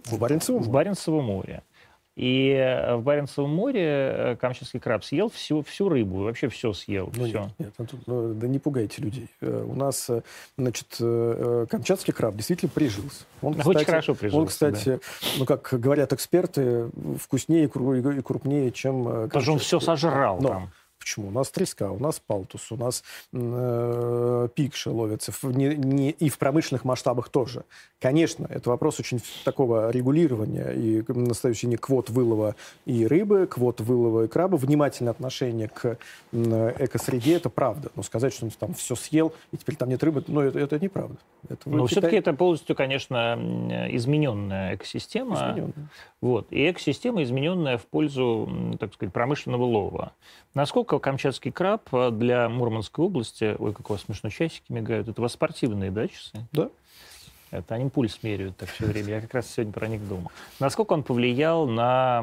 В Баренцевом в море. Баренцевом море. И в Баренцевом море камчатский краб съел всю, всю рыбу, вообще все съел. Ну, все. нет, нет, ну, тут, ну, да не пугайте людей. Э, У нас, э, значит, э, камчатский краб действительно прижился. Он, Очень кстати, хорошо прижился, Он, кстати, ну, как говорят эксперты, вкуснее и кру- и крупнее, чем э, Потому что он все камчатский. сожрал Но там. почему? У нас треска, у нас палтус, у нас э, пикши ловятся. В, не, не, и в промышленных масштабах тоже. Конечно, это вопрос очень такого регулирования и настоящего квот вылова и рыбы, квот вылова и краба. Внимательное отношение к э, экосреде, это правда. Но сказать, что он там все съел, и теперь там нет рыбы, ну, это, это неправда. Это Но Китай... все-таки это полностью, конечно, измененная экосистема. Измененная. Вот. И экосистема, измененная в пользу, так сказать, промышленного лова. Насколько камчатский краб для Мурманской области... Ой, как у вас смешно часики мигают. Это у вас спортивные, да, часы? Да. Это они пульс меряют так все время. Я как раз сегодня про них думал. Насколько он повлиял на,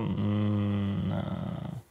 на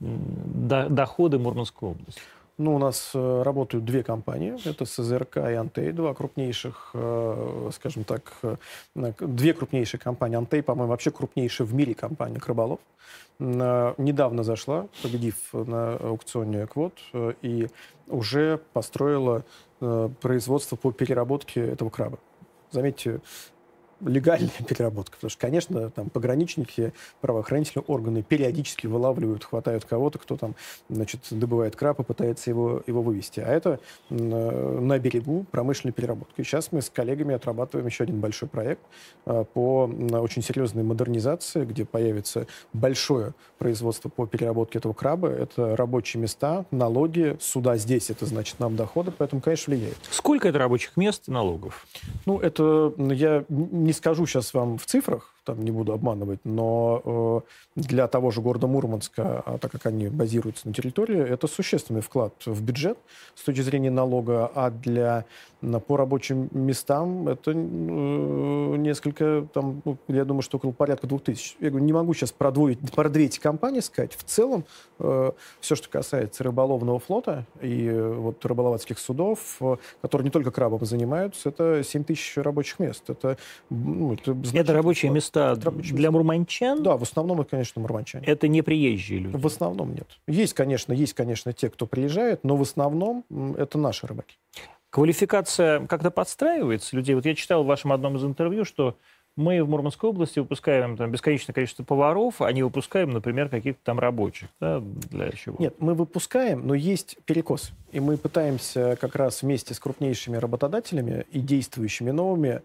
доходы Мурманской области? Ну, у нас э, работают две компании. Это СЗРК и Антей, два крупнейших, э, скажем так, э, две крупнейшие компании. Антей, по-моему, вообще крупнейшая в мире компания «Краболов». Э, недавно зашла, победив на аукционе квот, э, и уже построила э, производство по переработке этого краба. Заметьте, легальная переработка. Потому что, конечно, там пограничники, правоохранительные органы периодически вылавливают, хватают кого-то, кто там, значит, добывает краб и пытается его, его вывести. А это на берегу промышленной переработки. Сейчас мы с коллегами отрабатываем еще один большой проект по очень серьезной модернизации, где появится большое производство по переработке этого краба. Это рабочие места, налоги, суда здесь, это значит нам доходы, поэтому, конечно, влияет. Сколько это рабочих мест и налогов? Ну, это я не скажу сейчас вам в цифрах, там не буду обманывать, но э, для того же города Мурманска, а так как они базируются на территории, это существенный вклад в бюджет с точки зрения налога, а для на, по рабочим местам это э, несколько, там, ну, я думаю, что около порядка двух тысяч. Я говорю, не могу сейчас про, двое, про две эти компании сказать. В целом, э, все, что касается рыболовного флота и э, вот, рыболовецких судов, э, которые не только крабом занимаются, это семь тысяч рабочих мест. Это, ну, это, это рабочие вклад. места это рабочие для места. Мурманчан? Да, в основном это, конечно, мурманчане. Это не приезжие люди? В основном нет. Есть, конечно, есть, конечно, те, кто приезжает, но в основном это наши рыбаки. Квалификация как-то подстраивается людей? Вот я читал в вашем одном из интервью, что мы в Мурманской области выпускаем там бесконечное количество поваров, а не выпускаем, например, каких-то там рабочих. Да, для чего? Нет, мы выпускаем, но есть перекос. И мы пытаемся как раз вместе с крупнейшими работодателями и действующими новыми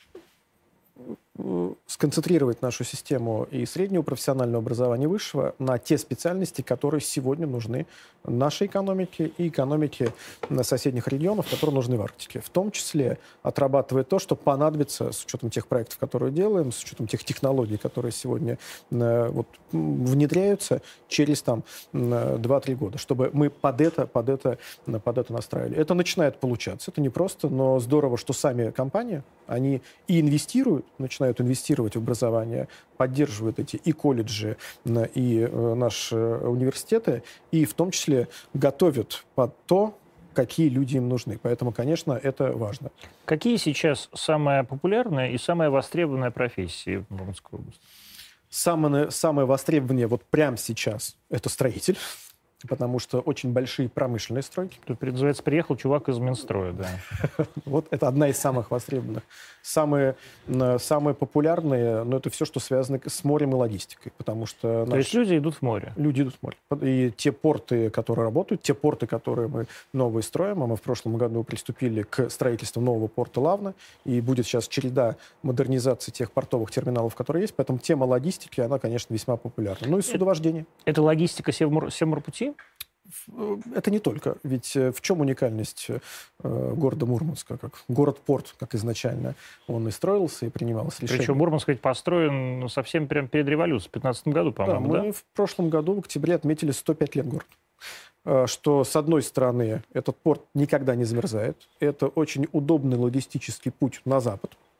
сконцентрировать нашу систему и среднего профессионального образования, и высшего на те специальности, которые сегодня нужны нашей экономике и экономике соседних регионов, которые нужны в Арктике. В том числе отрабатывая то, что понадобится с учетом тех проектов, которые делаем, с учетом тех технологий, которые сегодня э, вот, внедряются через там, два-три года, чтобы мы под это, под, это, под это настраивали. Это начинает получаться. Это не просто, но здорово, что сами компании, они и инвестируют, начинают инвестировать в образование, поддерживают эти и колледжи, и э, наши университеты, и в том числе готовят под то, какие люди им нужны. Поэтому, конечно, это важно. Какие сейчас самая популярная и самая востребованная профессия в Мурманской области? Самое, самое востребование вот прямо сейчас – это строитель. Потому что очень большие промышленные стройки. Тут, называется, приехал чувак из Минстроя, да. Вот это одна из самых востребованных. Самые, самые популярные, но это все, что связано с морем и логистикой. Потому что То есть люди идут в море? Люди идут в море. И те порты, которые работают, те порты, которые мы новые строим, а мы в прошлом году приступили к строительству нового порта Лавна, и будет сейчас череда модернизации тех портовых терминалов, которые есть, поэтому тема логистики, она, конечно, весьма популярна. Ну и судовождение. Это логистика Севморпути? Это не только. Ведь в чем уникальность э, города Мурманска? Как город-порт, как изначально он и строился, и принималось решение. Причем Мурманск ведь построен ну, совсем прямо перед революцией, в пятнадцатом году, по-моему, да? Мы да? в прошлом году, в октябре, отметили сто пять лет города. Что, с одной стороны, этот порт никогда не замерзает. Это очень удобный логистический путь на запад.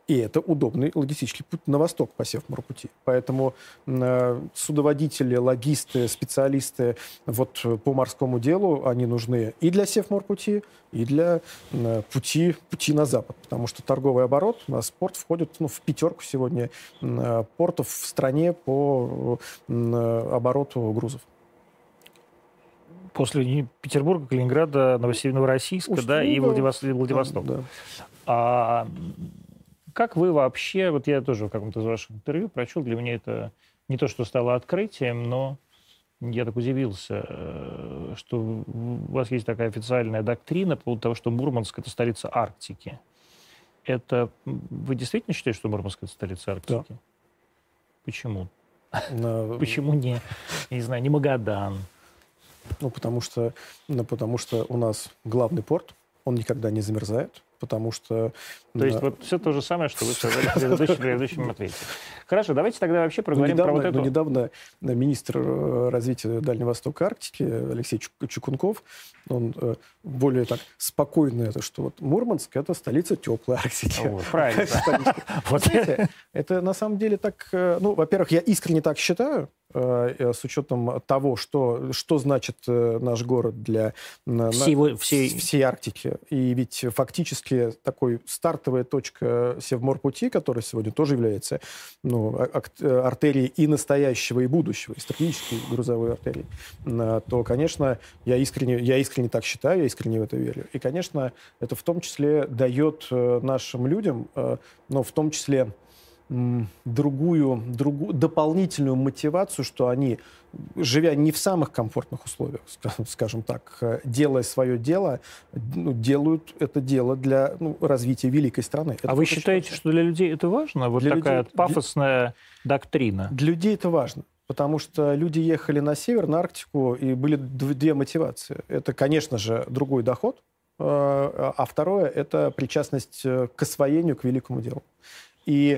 И это удобный логистический путь на восток по Севморпути. Поэтому э, судоводители, логисты, специалисты вот по морскому делу, они нужны и для Севморпути, и для э, пути, пути на запад. Потому что торговый оборот, у нас порт входит ну, в пятерку сегодня э, портов в стране по э, обороту грузов. После Петербурга, Калининграда, Новороссийска, да, и Владивосток. Владивосток. Да. А как вы вообще, вот я тоже в каком-то из ваших интервью прочел, для меня это не то, что стало открытием, но я так удивился, что у вас есть такая официальная доктрина по поводу того, что Мурманск — это столица Арктики. Это вы действительно считаете, что Мурманск — это столица Арктики? Да. Почему? Но... Почему не, не знаю, не Магадан? Ну, потому что, ну, потому что у нас главный порт, он никогда не замерзает, потому что... То есть вот все то же самое, что вы сказали в предыдущем, предыдущем ответе. Хорошо, давайте тогда вообще проговорим недавно, про вот эту... Недавно министр развития Дальнего Востока и Арктики Алексей Чукунков, он более так спокойно, это что вот Мурманск — это столица теплой Арктики. Вот, правильно. Знаете, это на самом деле так... Ну, во-первых, я искренне так считаю, с учетом того, что, что значит наш город для Всего, всей... всей Арктики. И ведь фактически такой стартовая точка Севморпути, которая сегодня тоже является ну, артерией и настоящего, и будущего, и стратегической грузовой артерией, то, конечно, я искренне, я искренне так считаю, я искренне в это верю. И, конечно, это в том числе дает нашим людям, но в том числе другую, другую дополнительную мотивацию, что они, живя не в самых комфортных условиях, скажем так, делая свое дело, ну, делают это дело для ну, развития великой страны. Это а вы считаете, важно. Что для людей это важно? Вот для такая людей, пафосная для, доктрина. Для людей это важно. Потому что люди ехали на север, на Арктику, и были две мотивации. Это, конечно же, другой доход, а второе — это причастность к освоению, к великому делу. И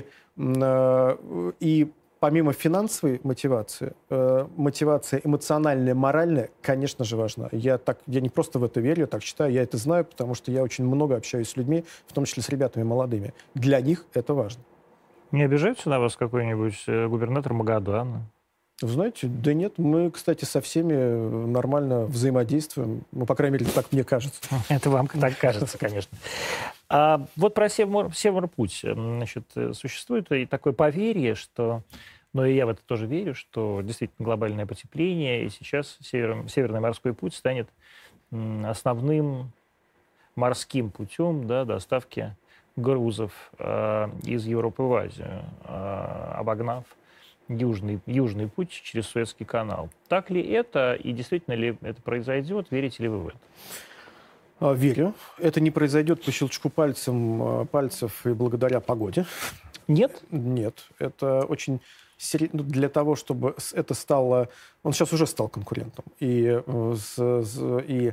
И помимо финансовой мотивации, мотивация эмоциональная, моральная, конечно же, важна. Я, так, я не просто в это верю, я так считаю, я это знаю, потому что я очень много общаюсь с людьми, в том числе с ребятами молодыми. Для них это важно. Не обижается на вас какой-нибудь губернатор Магадана? Вы знаете, да нет, мы, кстати, со всеми нормально взаимодействуем. Ну, по крайней мере, так мне кажется. Это вам так кажется, конечно. А вот про Севмор, Севморпуть. Значит, существует и такое поверье, что, но и я в это тоже верю, что действительно глобальное потепление, и сейчас Север, Северный морской путь станет основным морским путем, да, доставки грузов э, из Европы в Азию, э, обогнав Южный, южный путь через Суэцкий канал. Так ли это, и действительно ли это произойдет? Верите ли вы в это? Верю. Это не произойдет по щелчку пальцем, пальцев и благодаря погоде. Нет? Нет. Это очень серьезно. Для того, чтобы это стало... Он сейчас уже стал конкурентом. И, и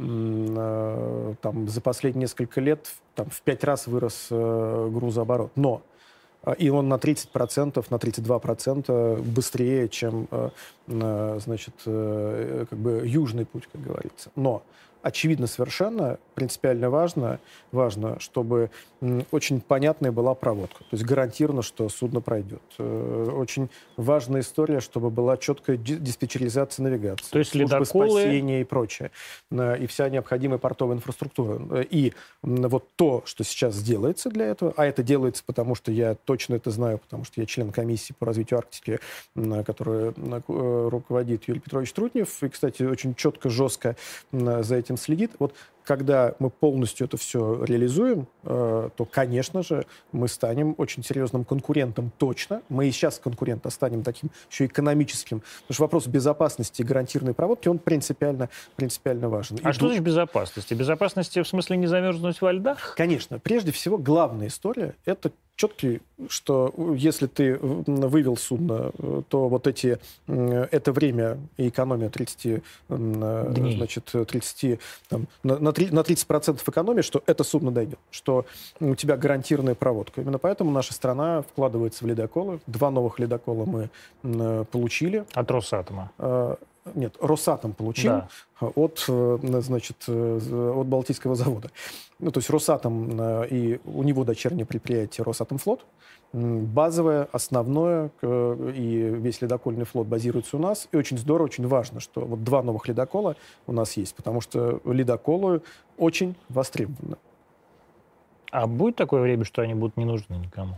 там, за последние несколько лет там, в пять раз вырос грузооборот. Но и он на тридцать процентов, на тридцать два процента быстрее, чем значит, как бы южный путь, как говорится. Но очевидно совершенно, принципиально важно, важно, чтобы очень понятная была проводка. То есть гарантированно, что судно пройдет. Очень важная история, чтобы была четкая диспетчеризация навигации. То есть ледоколы... спасения и прочее. И вся необходимая портовая инфраструктура. И вот то, что сейчас делается для этого, а это делается, потому что я точно это знаю, потому что я член комиссии по развитию Арктики, которую руководит Юрий Петрович Трутнев, и, кстати, очень четко, жестко за этим следит. Вот когда мы полностью это все реализуем, э, то, конечно же, мы станем очень серьезным конкурентом точно. Мы и сейчас конкурент, а станем таким еще экономическим. Потому что вопрос безопасности и гарантированной проводки, он принципиально, принципиально важен. А и что значит безопасности? Безопасности в смысле не замерзнуть во льдах? Конечно. Прежде всего, главная история — это четкий, что если ты вывел судно, то вот эти, это время и экономия тридцать, Дней. Значит, тридцать, там, на тридцать процентов экономии, что это судно дойдет, что у тебя гарантированная проводка. Именно поэтому наша страна вкладывается в ледоколы. Два новых ледокола мы получили. От Росатома? Нет, Росатом получил Да. от, э, значит, э, от Балтийского завода. Ну, то есть Росатом э, и у него дочернее предприятие Росатомфлот. М, Базовое, основное, э, и весь ледокольный флот базируется у нас. И очень здорово, очень важно, что вот два новых ледокола у нас есть, потому что ледоколы очень востребованы. А будет такое время, что они будут не нужны никому?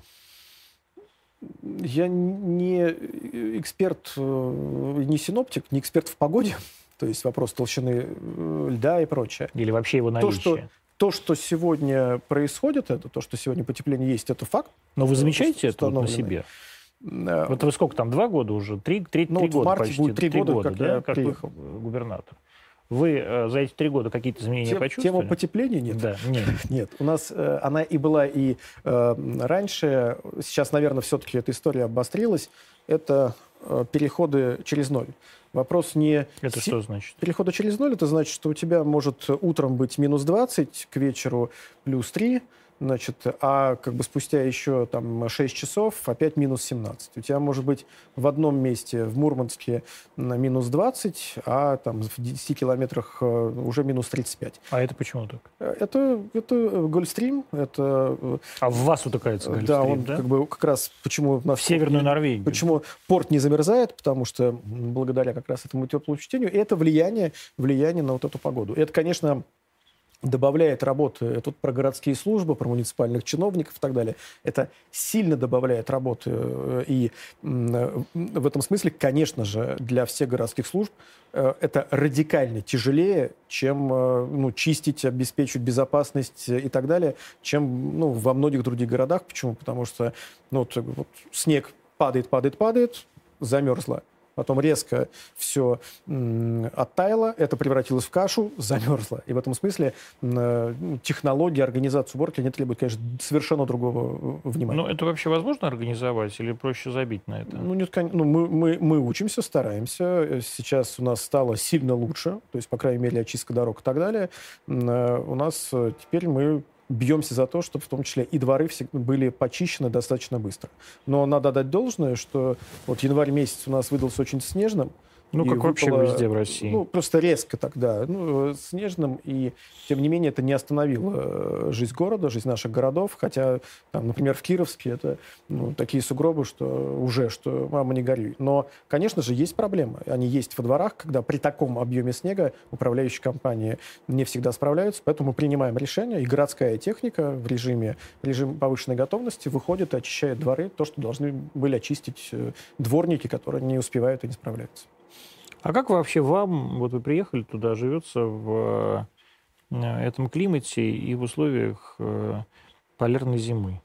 Я не эксперт, э, не синоптик, не эксперт в погоде, то есть вопрос толщины э, льда и прочее. Или вообще его То, что, наличие? то, что сегодня происходит, это то, что сегодня потепление есть, это факт. Но вы замечаете э, это вот на установленный. себе? Э, Вот вы сколько там, два года уже? Три, три, Ну, три вот в года марте почти. будет три года, как да, я как вы приехал. губернатор. Вы э, за эти три года какие-то изменения Тем- почувствовали? Тема потепления нет. Да, нет. Нет, у нас э, она и была и э, раньше. Сейчас, наверное, все-таки эта история обострилась. Это э, переходы через ноль. Вопрос не... Это си- что значит? Переходы через ноль, это значит, что у тебя может утром быть минус двадцать, к вечеру плюс три, значит, а как бы спустя еще там шесть часов опять минус семнадцать. У тебя может быть в одном месте, в Мурманске, на минус двадцать, а там в десяти километрах э, уже минус тридцать пять. А это почему так? Это, это Гольфстрим, это... э, А в вас утыкается Гольфстрим, да, он да? как бы как раз почему у нас В Северную Норвегию. почему порт не замерзает, потому что м, благодаря как раз этому теплому чтению, и это влияние, влияние на вот эту погоду. Это, конечно, добавляет работы. Это тут про городские службы, про муниципальных чиновников и так далее. Это сильно добавляет работы. э, И м, э, в этом смысле, конечно же, для всех городских служб э, это радикально тяжелее, чем э, ну, чистить, обеспечивать безопасность и так далее, чем ну, во многих других городах. Почему? Потому что ну, вот, вот снег падает, падает, падает, замерзло. Потом резко все м, оттаяло, это превратилось в кашу, замерзло. И в этом смысле м, э, технологии, организация уборки, они требуют, конечно, совершенно другого э, внимания. Ну, это вообще возможно организовать или проще забить на это? Ну, нет, кон- ну, мы, мы, мы учимся, стараемся. Э, Сейчас у нас стало сильно лучше, то есть, по крайней мере, очистка дорог и так далее. М, э, У нас э, теперь мы бьемся за то, чтобы в том числе и дворы всегда были почищены достаточно быстро. Но надо дать должное, что вот январь месяц у нас выдался очень снежным. Ну, и как вообще выпало, везде в России. Ну, просто резко тогда, ну, снежным, и тем не менее это не остановило э, жизнь города, жизнь наших городов, хотя, там, например, в Кировске это ну, такие сугробы, что уже, что мама не горюй. Но, конечно же, есть проблемы. Они есть во дворах, когда при таком объеме снега управляющие компании не всегда справляются, поэтому мы принимаем решение, и городская техника в режиме, в режиме повышенной готовности выходит и очищает дворы, то, что должны были очистить э, дворники, которые не успевают и не справляются. А как вообще вам, вот вы приехали туда, живется в э, этом климате и в условиях э, полярной зимы?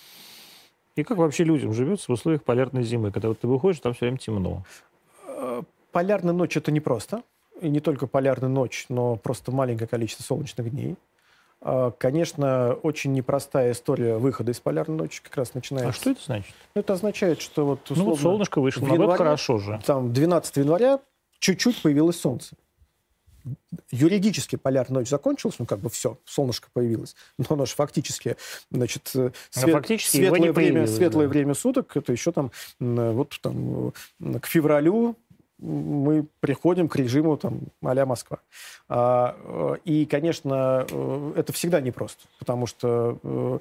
И как вообще людям живется в условиях полярной зимы, когда вот ты выходишь, там все время темно? Э, Полярная ночь — это непросто. И не только полярная ночь, но просто маленькое количество солнечных дней. Э, Конечно, очень непростая история выхода из полярной ночи как раз начинается. А что это значит? Это означает, что вот Ну, вот условно солнышко вышло, в наоборот, январе, хорошо же. там двенадцатого января чуть-чуть появилось солнце. Юридически полярная ночь закончилась, ну как бы все, солнышко появилось, но оно же фактически, значит, э, свет- фактически его светлое, не время, появилось, светлое да. время суток, это еще там, м, вот там э, к февралю мы приходим к режиму там а-ля Москва. А, э, и, конечно, э, это всегда непросто, потому что э,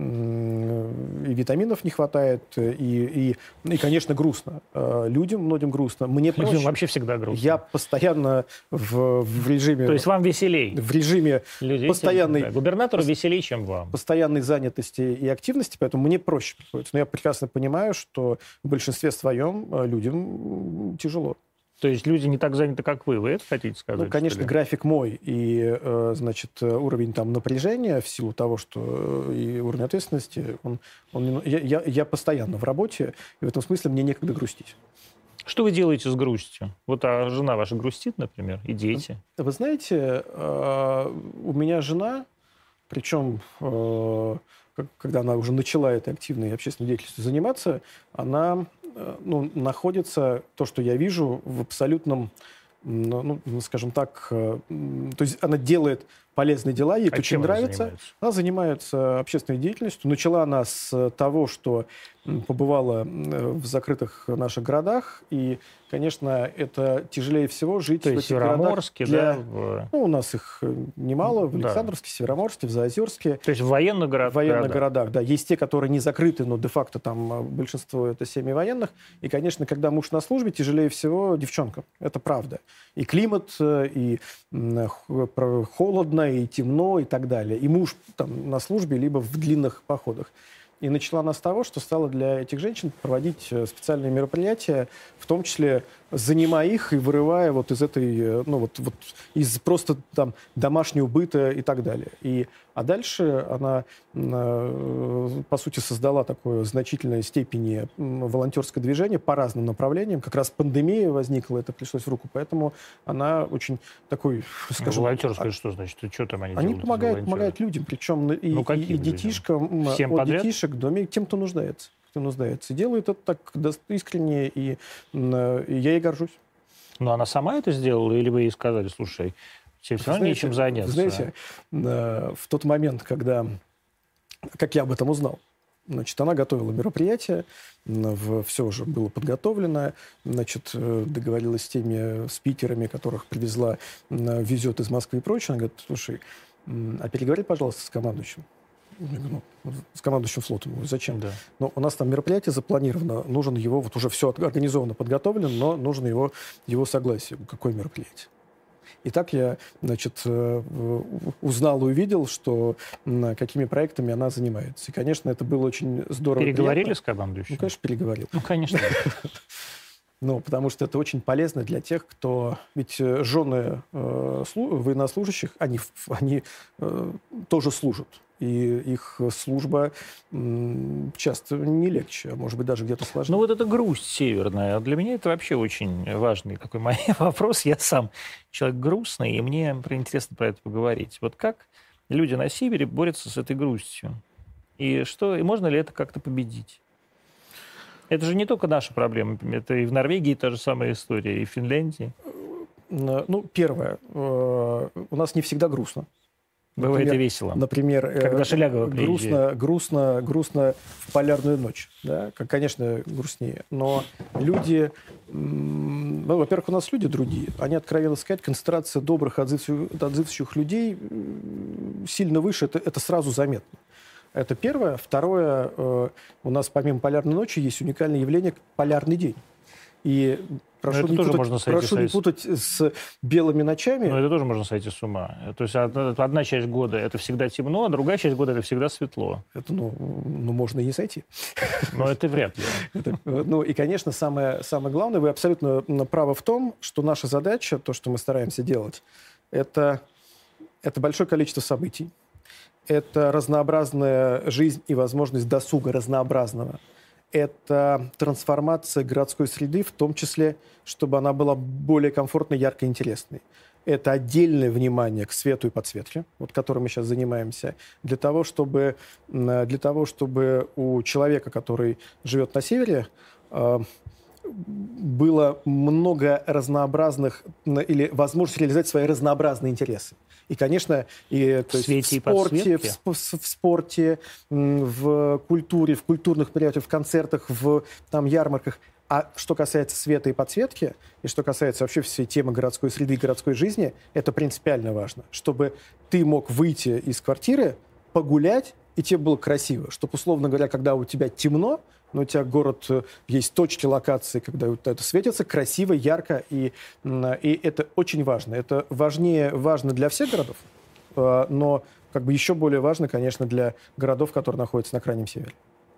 м, и витаминов не хватает, и, и, и, конечно, грустно. Э, Людям, многим грустно. Мне Людям проще. вообще всегда грустно. Я постоянно в, в режиме... То есть вам веселей? в режиме Люди, постоянной- да, губернатору веселей, чем вам. постоянной занятости и активности, поэтому мне проще приходится. Но я прекрасно понимаю, что в большинстве своем э, людям м, тяжело. То есть люди не так заняты, как вы. Вы это хотите сказать? Ну, конечно, что ли? график мой и, э, значит, э, уровень там напряжения в силу того, что э, и уровень ответственности, он, он не- я, я, я постоянно в работе, и в этом смысле мне некогда грустить. Что вы делаете с грустью? Вот а жена ваша грустит, например, и дети. Вы знаете, э, у меня жена, причем, э, как- когда она уже начала этой активной общественной деятельностью заниматься, она э, ну, находится, то, что я вижу, в абсолютном, м, ну, ну, скажем так, э, м, то есть она делает полезные дела, ей это А очень чем она нравится. занимается? Она занимается общественной деятельностью. Начала она с того, что м, побывала м, в закрытых наших городах, и, конечно, это тяжелее всего жить То в есть в этих городах. Североморске, для- да? в- Ну, у нас их э, немало, в Да. Александровске, Североморске, в Заозерске. То есть в военных городах? В военных городах, да. Есть те, которые не закрыты, но де-факто там а, большинство это семьи военных. И, конечно, когда муж на службе, тяжелее всего девчонкам. Это правда. И климат, э, и м, х- про- холодно, и темно, и так далее. И муж там на службе, либо в длинных походах. И начала она с того, что стала для этих женщин проводить э, специальные мероприятия, в том числе занимая их и вырывая вот из этой, э, ну вот, вот из просто там домашнего быта и так далее. И, а дальше она, э, по сути, создала такое в значительной степени м, волонтерское движение по разным направлениям. Как раз пандемия возникла, это пришлось в руку. Поэтому она очень такой, скажем... Волонтерское что значит? Что там они Они делают, помогают, волонтеры? помогают людям, причем и, Ну, и- каким и людям? детишкам, Всем от подряд? детишек до ме- тем, кто нуждается. Кто нуждается. И делают это так дос- искренне, и, м, э, и я ей горжусь. Но она сама это сделала, или вы ей сказали, слушай, тебе все Вы равно нечем заняться? вы знаете, э, в тот момент, когда, как я об этом узнал, значит, она готовила мероприятие, все уже было подготовлено, значит, э, договорилась с теми спикерами, которых привезла, м, везет из Москвы и прочее. Она говорит, слушай, м, а переговори, пожалуйста, с командующим. Я говорю, ну, с командующим флотом. Я говорю, зачем? Да. Ну, у нас там мероприятие запланировано, нужен его, вот уже все организовано, подготовлено, но нужно его, его согласие. Какое мероприятие? И так я, значит, э, узнал и увидел, что м, какими проектами она занимается. И, конечно, это было очень здорово. и Переговорили приятно. с командующим? Ну, конечно, переговорил. Ну, конечно. Ну, потому что это очень полезно для тех, кто... Ведь э, жены э, слу- военнослужащих, они, в- они э, тоже служат. И их служба м, часто не легче, а может быть, даже где-то сложнее. Ну, вот эта грусть северная, для меня это вообще очень важный такой мой вопрос. Я сам человек грустный, и мне про- интересно про это поговорить. Вот как люди на севере борются с этой грустью? И что, и можно ли это как-то победить? Это же не только наша проблема. Это и в Норвегии та же самая история, и в Финляндии. Н- Ну, первое. э, У нас не всегда грустно. Бывает Например, и весело. Например, э, Когда Шелягова грустно, приезжает. грустно, грустно в полярную ночь. Да? Как, конечно, грустнее. Но люди... м, Ну, во-первых, у нас люди другие. Они, откровенно сказать, концентрация добрых, отзывчивых, отзывчивых людей м, сильно выше. Это, это сразу заметно. Это первое. Второе. э, У нас помимо полярной ночи есть уникальное явление полярный день. И прошу, это не, тоже путать, можно сойти прошу не с- путать с белыми ночами. Но это тоже можно сойти с ума. То есть одна, одна часть года это всегда темно, а другая часть года это всегда светло. Это, ну, ну, можно и не сойти. Но это вряд ли. Это, э, ну и, конечно, самое, самое главное, вы абсолютно м, правы в том, что наша задача, то, что мы стараемся делать, это, это большое количество событий, это разнообразная жизнь и возможность досуга разнообразного, это трансформация городской среды, в том числе, чтобы она была более комфортной, яркой, интересной. Это отдельное внимание к свету и подсветке, вот, которым мы сейчас занимаемся, для того, чтобы, м, для того, чтобы у человека, который живет на севере, э, было много разнообразных м, или возможность реализовать свои разнообразные интересы. И, конечно, и, то есть свете и в спорте, в, подсветке? сп- в спорте, м, в культуре, в культурных мероприятиях, в концертах, в там, ярмарках. А что касается света и подсветки, и что касается вообще всей темы городской среды и городской жизни, это принципиально важно. Чтобы ты мог выйти из квартиры, погулять, и тебе было красиво. Чтобы, условно говоря, когда у тебя темно, но у тебя город, э, есть точки локации, когда вот это светится красиво, ярко, и, м, и это очень важно. Это важнее, важно для всех городов, э, но как бы еще более важно, конечно, для городов, которые находятся на Крайнем Севере.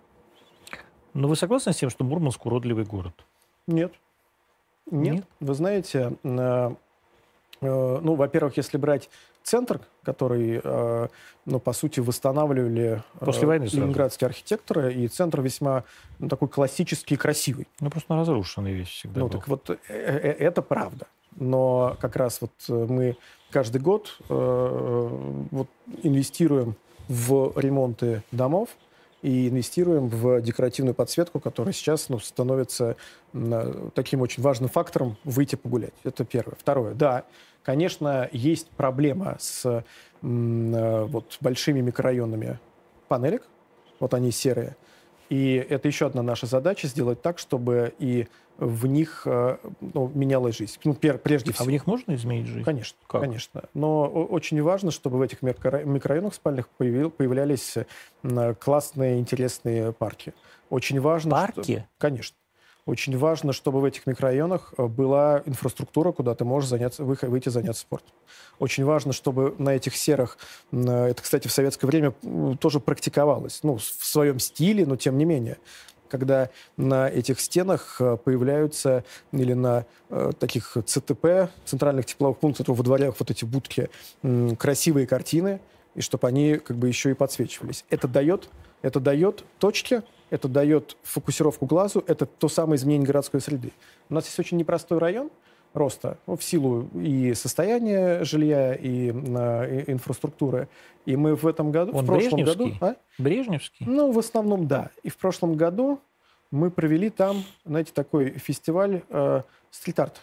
Но вы согласны с тем, что Мурманск уродливый город? Нет. Нет. Нет? Вы знаете, э, э, ну, во-первых, если брать центр, который, э, ну, по сути, восстанавливали э, После войны сразу. ленинградские архитекторы, и центр весьма ну, такой классический, красивый. Ну, просто разрушенная вещь всегда Ну, была. так вот, э, э, это правда. Но как раз вот э, мы каждый год э, вот инвестируем в ремонты домов, и инвестируем в декоративную подсветку, которая сейчас ну, становится м, таким очень важным фактором выйти погулять. Это первое. Второе. Да, конечно, есть проблема с м, вот, большими микрорайонами панелек. Вот они серые. И это еще одна наша задача — сделать так, чтобы и в них ну, менялась жизнь. Ну, прежде всего. А в них можно изменить жизнь? Конечно, как? конечно. Но очень важно, чтобы в этих микрорайонах спальных появлялись классные, интересные парки. Очень важно... Парки? Что... Конечно. Очень важно, чтобы в этих микрорайонах была инфраструктура, куда ты можешь заняться, выйти заняться спортом. Очень важно, чтобы на этих серых... Это, кстати, в советское время тоже практиковалось. Ну, в своем стиле, но тем не менее. Когда на этих стенах появляются, или на э, таких ЦТП, центральных тепловых пунктах, во дворах вот эти будки, м, красивые картины, и чтобы они как бы еще и подсвечивались. Это дает, это дает точки, это дает фокусировку глазу, это то самое изменение городской среды. У нас есть очень непростой район роста, ну, в силу и состояния жилья, и, э, и инфраструктуры. И мы в этом году... Он в прошлом Брежневский? году... А? Брежневский? Ну, в основном, да. И в прошлом году мы провели там, знаете, такой фестиваль э, стрит-арт.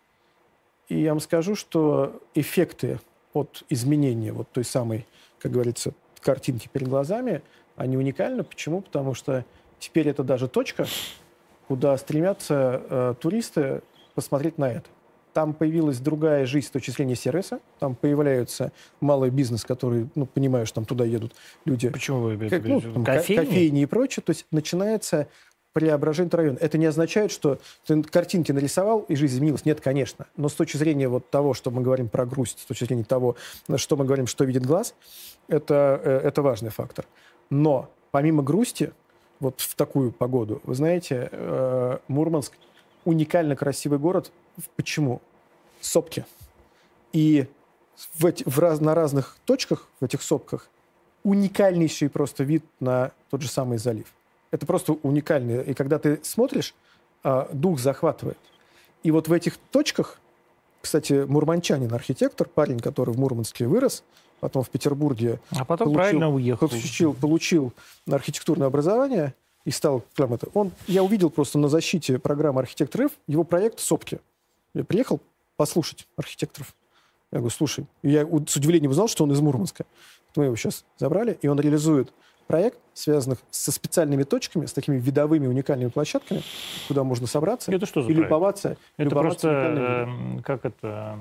И я вам скажу, что эффекты от изменения вот той самой, как говорится, картинки перед глазами, они уникальны. Почему? Потому что теперь это даже точка, куда стремятся э, туристы посмотреть на это. Там появилась другая жизнь с точки зрения сервиса. Там появляется малый бизнес, который, ну, понимаешь, там туда едут люди. Почему вы как, ну, там, кофейни? кофейни и прочее. То есть начинается преображение района. Это не означает, что ты картинки нарисовал, и жизнь изменилась. Нет, конечно. Но с точки зрения вот того, что мы говорим про грусть, с точки зрения того, что мы говорим, что видит глаз, это, это важный фактор. Но помимо грусти, вот в такую погоду, вы знаете, Мурманск уникально красивый город. Почему? Сопки. И в эти, в раз, на разных точках, в этих сопках, уникальнейший просто вид на тот же самый залив. Это просто уникально. И когда ты смотришь, дух захватывает. И вот в этих точках, кстати, мурманчанин, архитектор, парень, который в Мурманске вырос, потом в Петербурге а потом получил, правильно уехал. Получил, получил архитектурное образование и стал прям это. Он, я увидел просто на защите программы «Архитектор Ф» его проект «Сопки». Я приехал послушать архитекторов. Я говорю, слушай, я с удивлением узнал, что он из Мурманска. Мы его сейчас забрали, и он реализует проект, связанный со специальными точками, с такими видовыми уникальными площадками, куда можно собраться это что за и проект? любоваться. Это любоваться просто, э, как это,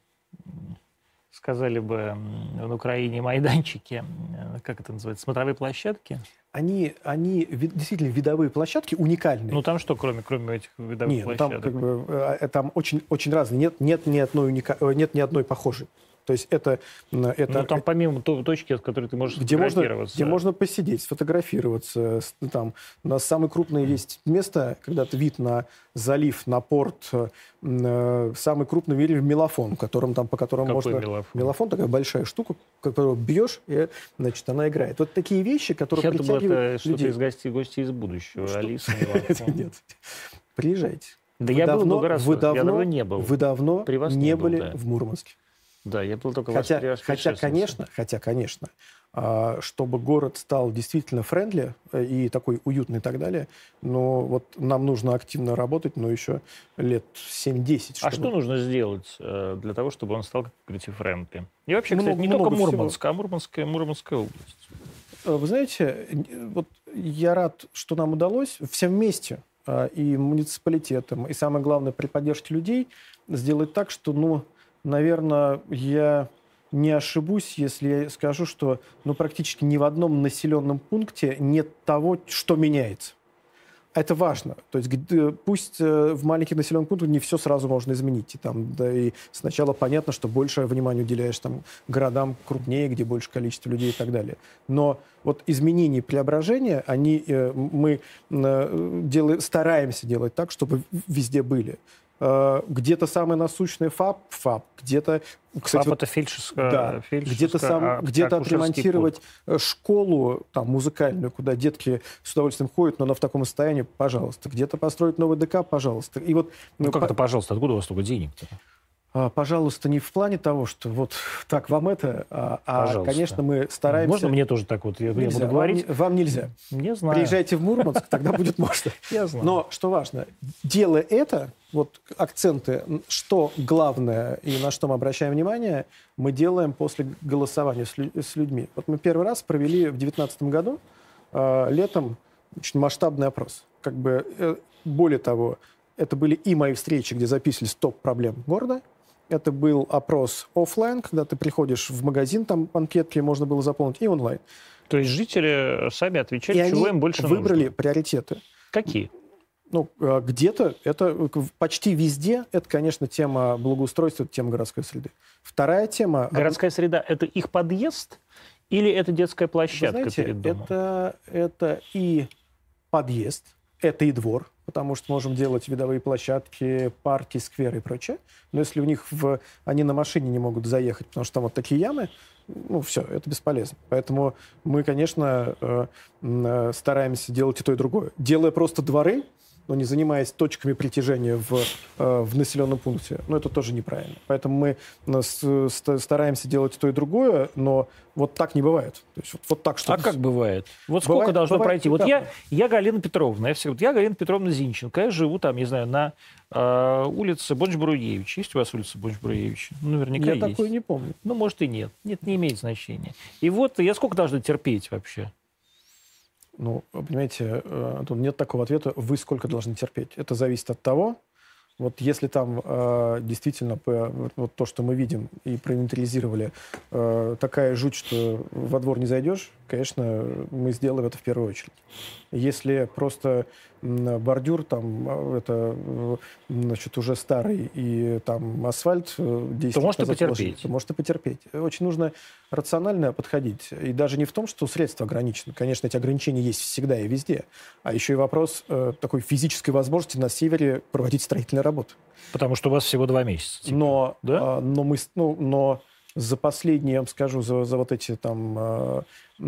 сказали бы в Украине, майданчики, как это называется, смотровые площадки? Они, они действительно видовые площадки уникальные. Ну там что, кроме, кроме этих видовых нет, площадок? Там, как бы, там очень, очень разные. Нет, нет, ни одной уника... нет ни одной похожей. То есть это... это ну, там помимо той точки, от которой ты можешь где сфотографироваться. Можно, где можно посидеть, сфотографироваться. Там, у нас самое крупное есть место, когда ты вид на залив, на порт. Э, самый крупный в мире Мелофон, которым, там, по которому Какой можно... Мелофон? Мелофон такая большая штука, которую бьешь, и значит, она играет. Вот такие вещи, которые Я притягивают думал, это людей. что-то из гостей, гости из будущего. Что? Алиса, Мелофон. Нет. Приезжайте. Да вы я давно, был много раз. Вы я давно, давно не был. Вы давно При вас не, не был, были да. в Мурманске. Да, я был только Хотя, вас хотя, конечно, хотя, конечно, чтобы город стал действительно френдли и такой уютный и так далее, но вот нам нужно активно работать, но еще лет семь-десять. Чтобы... А что нужно сделать для того, чтобы он стал, как говорите, френдли? И вообще, много, кстати, не много только Мурманск, всего. а Мурманская, Мурманская область. Вы знаете, вот я рад, что нам удалось всем вместе, и муниципалитетам, и самое главное, при поддержке людей, сделать так, что, ну, наверное, я не ошибусь, если я скажу, что ну, практически ни в одном населенном пункте нет того, что меняется. Это важно. То есть пусть в маленьких населенных пунктах не все сразу можно изменить. И, там, да, и сначала понятно, что больше внимания уделяешь там, городам крупнее, где больше количество людей и так далее. Но вот изменения, преображения, они, мы делаем, стараемся делать так, чтобы везде были. Где-то самый насущный ФАП, ФАП, где-то... Кстати, ФАП вот, это фельдшерская... Да, где-то, сам, а, где-то отремонтировать клуб. школу там, музыкальную, куда детки с удовольствием ходят, но она в таком состоянии, пожалуйста. Где-то построить новый ДК, пожалуйста. И вот, ну, как по... это, пожалуйста, откуда у вас столько денег-то? Пожалуйста, не в плане того, что вот так вам это, а, а конечно, мы стараемся... Можно мне тоже так вот, я, я буду говорить? Вам, вам нельзя. Не знаю. Приезжайте в Мурманск, тогда будет можно. Я знаю. Но, что важно, делая это, вот акценты, что главное и на что мы обращаем внимание, мы делаем после голосования с, лю- с людьми. Вот мы первый раз провели в две тысячи девятнадцатом году э, летом очень масштабный опрос. Как бы, э, более того, это были и мои встречи, где записывались топ проблем города. Это был опрос офлайн, когда ты приходишь в магазин, там анкетки можно было заполнить, и онлайн. То есть жители сами отвечали, и чего они им больше выбрали нужно. приоритеты. Какие? Ну, где-то, это почти везде, это, конечно, тема благоустройства, это тема городской среды. Вторая тема... Городская среда – это их подъезд или это детская площадка Вы знаете, перед домом? Это, это и подъезд, это и двор, потому что можем делать видовые площадки, парки, скверы и прочее. Но если у них в, они на машине не могут заехать, потому что там вот такие ямы, ну, все, это бесполезно. Поэтому мы, конечно, стараемся делать и то, и другое. Делая просто дворы, но не занимаясь точками притяжения в, в населенном пункте, ну, это тоже неправильно. Поэтому мы стараемся делать и то, и другое, но вот так не бывает. То есть вот, вот так, что... А как бывает? Вот бывает, сколько должно бывает пройти? Вот я, я Галина Петровна, я, всегда, я Галина Петровна Зинченко, я живу там, не знаю, на э, улице Бонч-Бруевича. Есть у вас улица Бонч-Бруевича? Ну, наверняка я есть. Я такой не помню. Ну, может, и нет. Нет, не имеет значения. И вот я сколько должна терпеть вообще? Ну, понимаете, Антон, нет такого ответа, вы сколько должны терпеть. Это зависит от того, вот если там э, действительно по, вот то, что мы видим и проинвентаризировали, э, такая жуть, что во двор не зайдешь, конечно, мы сделаем это в первую очередь. Если просто бордюр там это, значит, уже старый и там асфальт действует, то может и потерпеть. То может и потерпеть. Очень нужно рационально подходить. И даже не в том, что средства ограничены. Конечно, эти ограничения есть всегда и везде. А еще и вопрос э, такой физической возможности на севере проводить строительные работы. Потому что у вас всего два месяца. Типа. Но, да? э, но мы... Ну, но за последние, я вам скажу, за, за вот эти там э,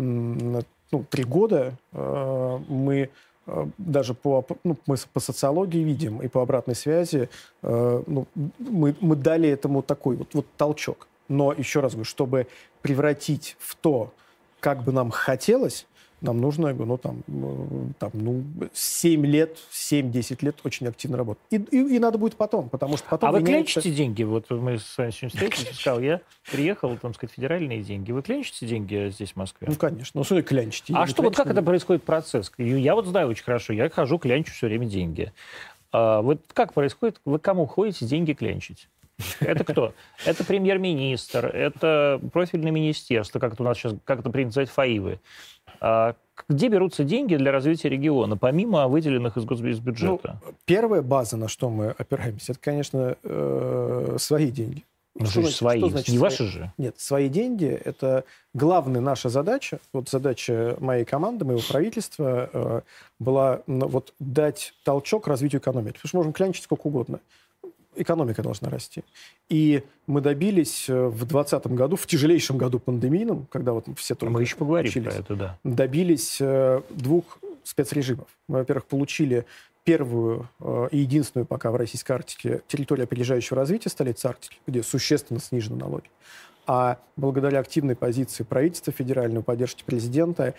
ну, три года э, мы э, даже по, ну, мы по социологии видим и по обратной связи э, ну, мы, мы дали этому такой вот, вот толчок. Но еще раз говорю, чтобы превратить в то, как бы нам хотелось, нам нужно, ну, там, там, ну, семь лет, семь-десять лет очень активно работать. И, и, и надо будет потом, потому что потом... А вы меняется... клянчите деньги? Вот мы с вами сегодня встретились, я сказал, я приехал, там, сказать, федеральные деньги. Вы клянчите деньги здесь, в Москве? Ну, конечно. Ну, что клянчите? А что, вот как это происходит процесс? Я вот знаю очень хорошо, я хожу, клянчу все время деньги. А вот как происходит? Вы кому ходите деньги клянчить? Это кто? Это премьер-министр, это профильное министерство, как это у нас сейчас, как это принято называть, ФАИВы. А где берутся деньги для развития региона, помимо выделенных из госбюджета? Ну, первая база, на что мы опираемся, это, конечно, э, свои деньги. Ну, что значит, свои, что значит, не свои? Ваши же? Нет, свои деньги – это главная наша задача, вот задача моей команды, моего правительства э, была ну, вот, дать толчок развитию экономики. Потому что можем клянчить сколько угодно. Экономика должна расти. И мы добились в двадцатом году, в тяжелейшем году пандемийном, когда вот все только мы еще поговорим учились, про это, да. добились двух спецрежимов. Мы, во-первых, получили первую и единственную пока в Российской Арктике территорию опережающего развития, столица Арктики, где существенно снижены налоги. А благодаря активной позиции правительства федерального, поддержки президента,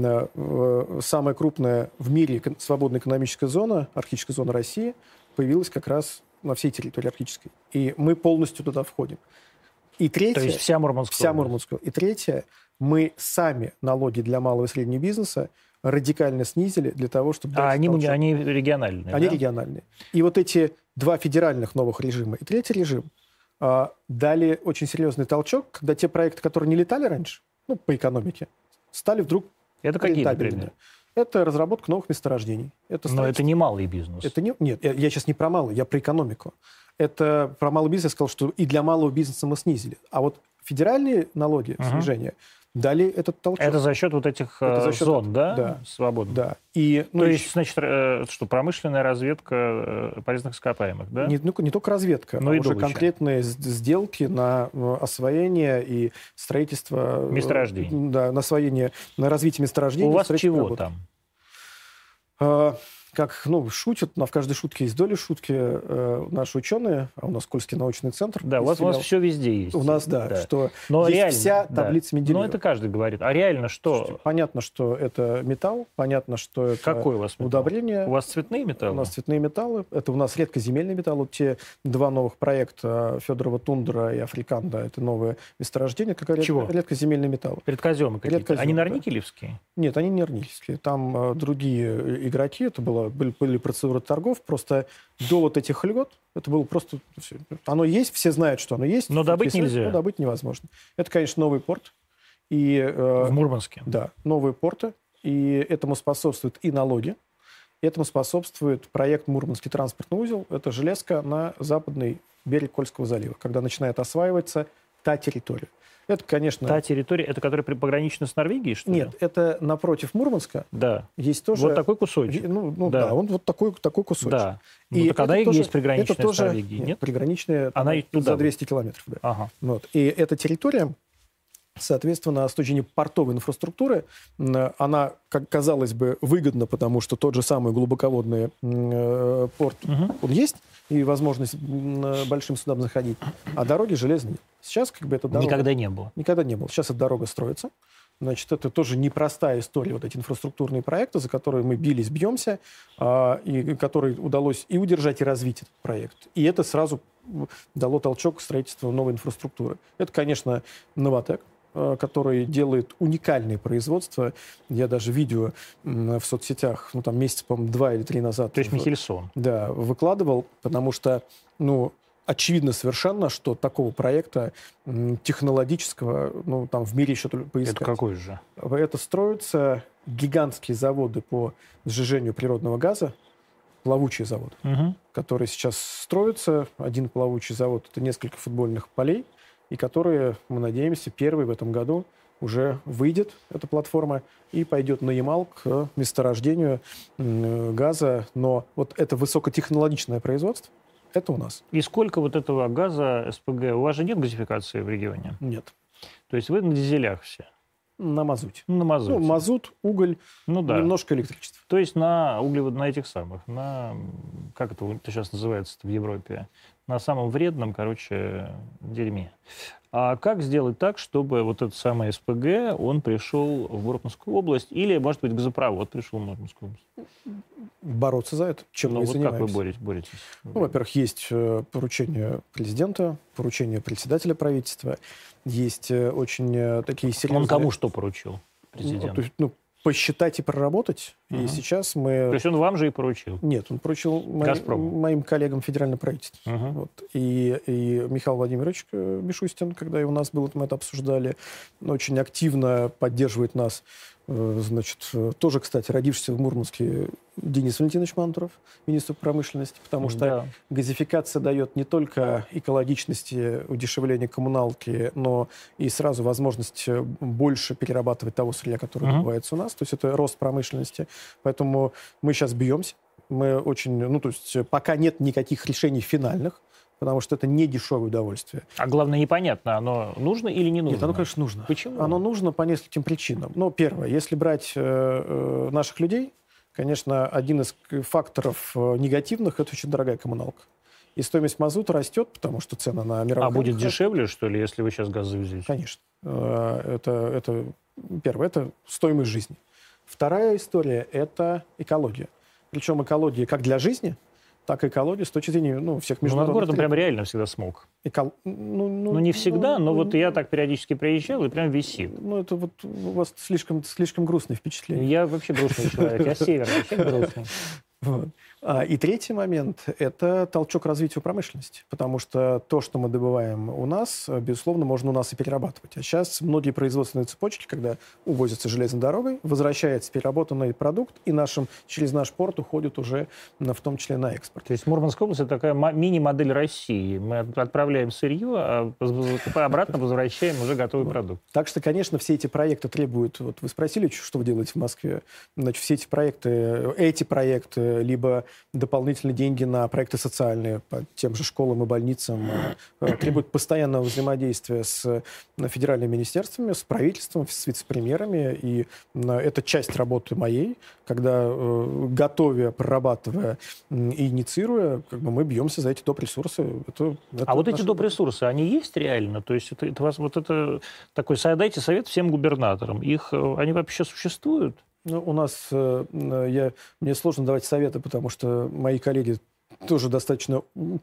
самая крупная в мире свободная экономическая зона, арктическая зона России, появилась как раз на всей территории арктической. И мы полностью туда входим. И третье... То есть вся Мурманская Вся Мурманская. И третье, мы сами налоги для малого и среднего бизнеса радикально снизили для того, чтобы... А они, они региональные, Они да? региональные. И вот эти два федеральных новых режима и третий режим а, дали очень серьезный толчок, когда те проекты, которые не летали раньше, ну, по экономике, стали вдруг Это какие, например? Это разработка новых месторождений. Это Но это не малый бизнес. Это не, нет, я, я сейчас не про малый, я про экономику. Это про малый бизнес, я сказал, что и для малого бизнеса мы снизили. А вот федеральные налоги, uh-huh. снижения, дали этот толчок. Это за счет вот этих это за счет зон, да? Да. Свободных? Да. И, ну, То и... есть, значит, что, промышленная разведка полезных ископаемых, да? Не, ну, не только разведка, но а уже добыча. Конкретные сделки на освоение и строительство... Месторождений. Да, на освоение, на развитие месторождений. У вас чего работы. там? А, как, ну, шутят, но в каждой шутке есть доля шутки. Э, наши ученые, а у нас Кольский научный центр. Да, у вас, у вас все везде есть. У нас, да, да. что но есть реально, вся таблица да. Менделеева. Но это каждый говорит. А реально что? Понятно, что это металл, понятно, что это Какой у вас металл? Удобрение. У вас цветные металлы? У нас цветные металлы. Это у нас редкоземельные металлы. Вот те два новых проекта Федорова тундра и Африканда, это новые месторождения. Как Чего? Редкоземельные металлы. Редкоземы какие-то? Редкоземы, они да. норникелевские? Нет, они не норникелевские. Там э, другие игроки. Это было, были, были процедуры торгов. Просто до вот этих льгот это было просто... Оно есть, все знают, что оно есть. Но добыть нельзя. Но добыть невозможно. Это, конечно, новый порт. И, э, в Мурманске? Да, новые порты. И этому способствуют и налоги. Этому способствует проект «Мурманский транспортный узел». Это железка на западный берег Кольского залива, когда начинает осваиваться та территория. Это, конечно... Та территория, это которая погранична с Норвегией, что ли? Нет, это напротив Мурманска. Да. Есть тоже... Вот такой кусочек. Ну, ну да. да, он вот такой, такой кусочек. Да. И ну, так она и тоже, есть приграничная тоже, с Норвегией, нет? Нет, приграничная она туда за двести километров. Да. Ага. Вот. И эта территория, соответственно, с точки зрения портовой инфраструктуры, она, как казалось бы, выгодна, потому что тот же самый глубоководный э, порт, угу. он есть, и возможность большим судам заходить, а дороги железные нет. Сейчас как бы эта дорога... Никогда не было. Никогда не было. Сейчас эта дорога строится. Значит, это тоже непростая история, вот эти инфраструктурные проекты, за которые мы бились, бьемся, а, и которые удалось и удержать, и развить этот проект. И это сразу дало толчок к строительству новой инфраструктуры. Это, конечно, Новатэк, который делает уникальные производства. Я даже видео в соцсетях, ну, там, месяц, по-моему, два или три назад... То есть Михельсон. Да, выкладывал, потому что, ну, очевидно совершенно, что такого проекта технологического, ну, там, в мире еще только поискать. Это какой же? Это строятся гигантские заводы по сжижению природного газа, плавучие заводы, угу. которые сейчас строятся. Один плавучий завод — это несколько футбольных полей, и которые, мы надеемся, первый в этом году уже выйдет, эта платформа, и пойдет на Ямал к месторождению газа. Но вот это высокотехнологичное производство, это у нас. И сколько вот этого газа СПГ? У вас же нет газификации в регионе? Нет. То есть вы на дизелях все? На мазуте. На мазуте. Ну, мазут, уголь, ну, да. немножко электричества. То есть на углевод, на этих самых, на, как это, это сейчас называется в Европе, на самом вредном, короче, дерьме. А как сделать так, чтобы вот этот самый СПГ, он пришел в Мурманскую область, или, может быть, газопровод пришел в Мурманскую область? Бороться за это, чем ну, мы вот занимаемся. Как вы боретесь? боретесь? Ну, во-первых, есть поручение президента, поручение председателя правительства, есть очень такие серьезные... Он кому что поручил, президент? Ну, то есть, ну, посчитать и проработать. Uh-huh. И сейчас мы... То есть он вам же и поручил? Нет, он поручил мои... моим коллегам в федеральном правительстве. Uh-huh. Вот. И, и Михаил Владимирович Мишустин, когда и у нас было, мы это обсуждали, очень активно поддерживает нас. Значит, тоже, кстати, родившийся в Мурманске Денис Валентинович Мантуров, министр промышленности, потому что да. газификация дает не только экологичности, удешевление коммуналки, но и сразу возможность больше перерабатывать того сырья, которое uh-huh. добывается у нас. То есть это рост промышленности. Поэтому мы сейчас бьемся. Мы очень, ну, то есть пока нет никаких решений финальных, потому что это не дешевое удовольствие. А главное, непонятно, оно нужно или не нужно? Нет, оно, конечно, нужно. Почему? Оно нужно по нескольким причинам. Ну, первое, если брать э, э, наших людей, конечно, один из факторов э, негативных – это очень дорогая коммуналка. И стоимость мазута растет, потому что цена на мировом... А будет дешевле, что ли, если вы сейчас газ завезете? Конечно. Э, это, это первое, это стоимость жизни. Вторая история – это экология. Причем экология как для жизни, так и экология с точки зрения, ну, всех международных... Ну, над городом прям реально всегда смог. Эко... Ну, ну, ну, не всегда, ну, но ну, вот я так периодически приезжал, и прям висит. Ну, это вот у вас слишком, слишком грустное впечатление. Я вообще грустный человек, я северный, вообще грустный. Вот. А, и третий момент – это толчок развитию промышленности. Потому что то, что мы добываем у нас, безусловно, можно у нас и перерабатывать. А сейчас многие производственные цепочки, когда увозятся железной дорогой, возвращается переработанный продукт, и нашим, через наш порт уходит уже в том числе на экспорт. То есть Мурманская область – это такая мини-модель России. Мы отправляем сырье, а обратно возвращаем уже готовый продукт. Так что, конечно, все эти проекты требуют... Вот вы спросили, что вы делаете в Москве. Значит, все эти проекты, эти проекты проекты, либо дополнительные деньги на проекты социальные по тем же школам и больницам, требуют постоянного взаимодействия с федеральными министерствами, с правительством, с вице-премьерами. И это часть работы моей, когда, готовя, прорабатывая и инициируя, как бы мы бьемся за эти доп-ресурсы. Это, это а вот эти доп-ресурсы, они есть реально? То есть это, это вас вот это такой, дайте совет всем губернаторам. Их, они вообще существуют? Ну, у нас, я, мне сложно давать советы, потому что мои коллеги тоже достаточно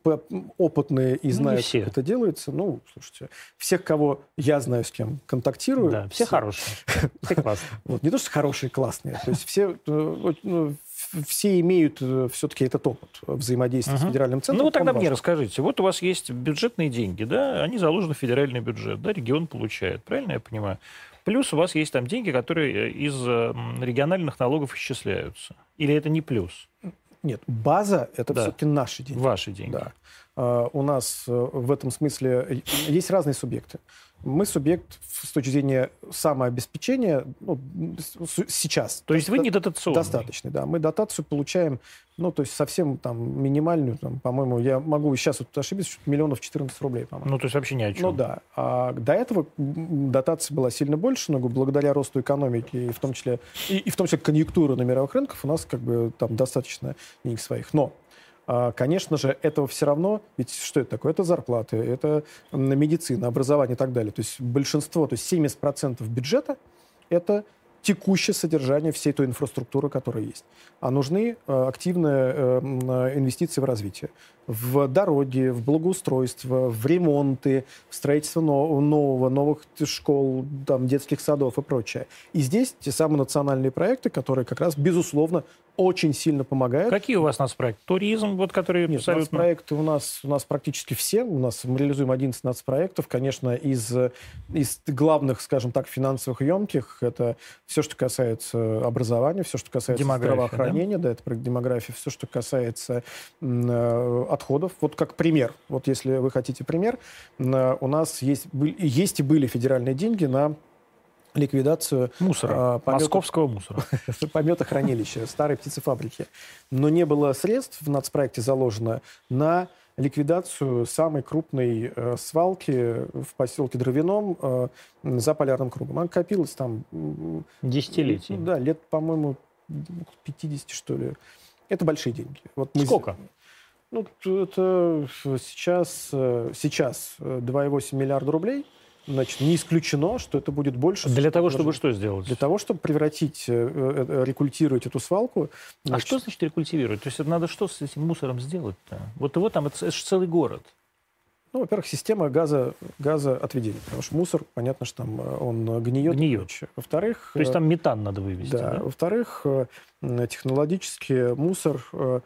опытные и знают, ну, как это делается. Ну, слушайте, всех, кого я знаю, с кем контактирую... Да, все, все хорошие, все классные. Вот, не то, что хорошие, классные. То есть все, ну, все имеют все-таки этот опыт взаимодействия uh-huh. с федеральным центром. Ну, вот тогда мне расскажите. Вот у вас есть бюджетные деньги, да, они заложены в федеральный бюджет, да, регион получает, правильно я понимаю? Плюс у вас есть там деньги, которые из региональных налогов исчисляются. Или это не плюс? Нет, база – это да. все-таки наши деньги. Ваши деньги. Да. Uh, у нас uh, в этом смысле есть разные субъекты. Мы субъект с точки зрения самообеспечения ну, сейчас. То есть вы не дотационный? Достаточный, да. Мы дотацию получаем, ну, то есть совсем там минимальную, там, по-моему, я могу сейчас вот ошибиться, миллионов четырнадцать рублей, по-моему. Ну, то есть вообще ни о чем. Ну, да. А до этого дотация была сильно больше, но благодаря росту экономики, и в том числе, и, и в том числе конъюнктуры на мировых рынках, у нас как бы там достаточно денег своих. Но конечно же, этого все равно, ведь что это такое? Это зарплаты, это медицина, образование и так далее. То есть большинство, то есть семьдесят процентов бюджета – это текущее содержание всей той инфраструктуры, которая есть. А нужны активные инвестиции в развитие. В дороги, в благоустройство, в ремонты, в строительство нового, новых школ, там, детских садов и прочее. И здесь те самые национальные проекты, которые как раз, безусловно, очень сильно помогают. Какие у вас нацпроекты? Туризм, вот, который Нет, абсолютно... нацпроекты у нас, у нас практически все. У нас мы реализуем одиннадцать нацпроектов. Конечно, из, из главных, скажем так, финансовых емких это все, что касается образования, все, что касается здравоохранения, да? Да, это про демографию, все, что касается э, отходов. Вот как пример. Вот если вы хотите пример, э, у нас есть, были, есть и были федеральные деньги на ликвидацию мусора, э, помета, московского мусора. Пометохранилища, старой птицефабрики. Но не было средств в нацпроекте заложено на ликвидацию самой крупной э, свалки в поселке Дровяном э, за полярным кругом. Она копилась там... Десятилетий. Да, лет, по-моему, пятьдесят, что ли. Это большие деньги. Вот мы... Сколько? Ну, это сейчас, сейчас два и восемь миллиарда рублей. Значит, не исключено, что это будет больше. Для того, чтобы что сделать? Для того, чтобы превратить, рекультивировать эту свалку. Значит... А что значит рекультивировать? То есть это надо что с этим мусором сделать-то? Вот его там, это, это же целый город. Ну, во-первых, система газа, газоотведения. Потому что мусор, понятно, что там он гниет. Гниет. Во-вторых... То есть там метан надо вывести, да? Да. Во-вторых, технологически мусор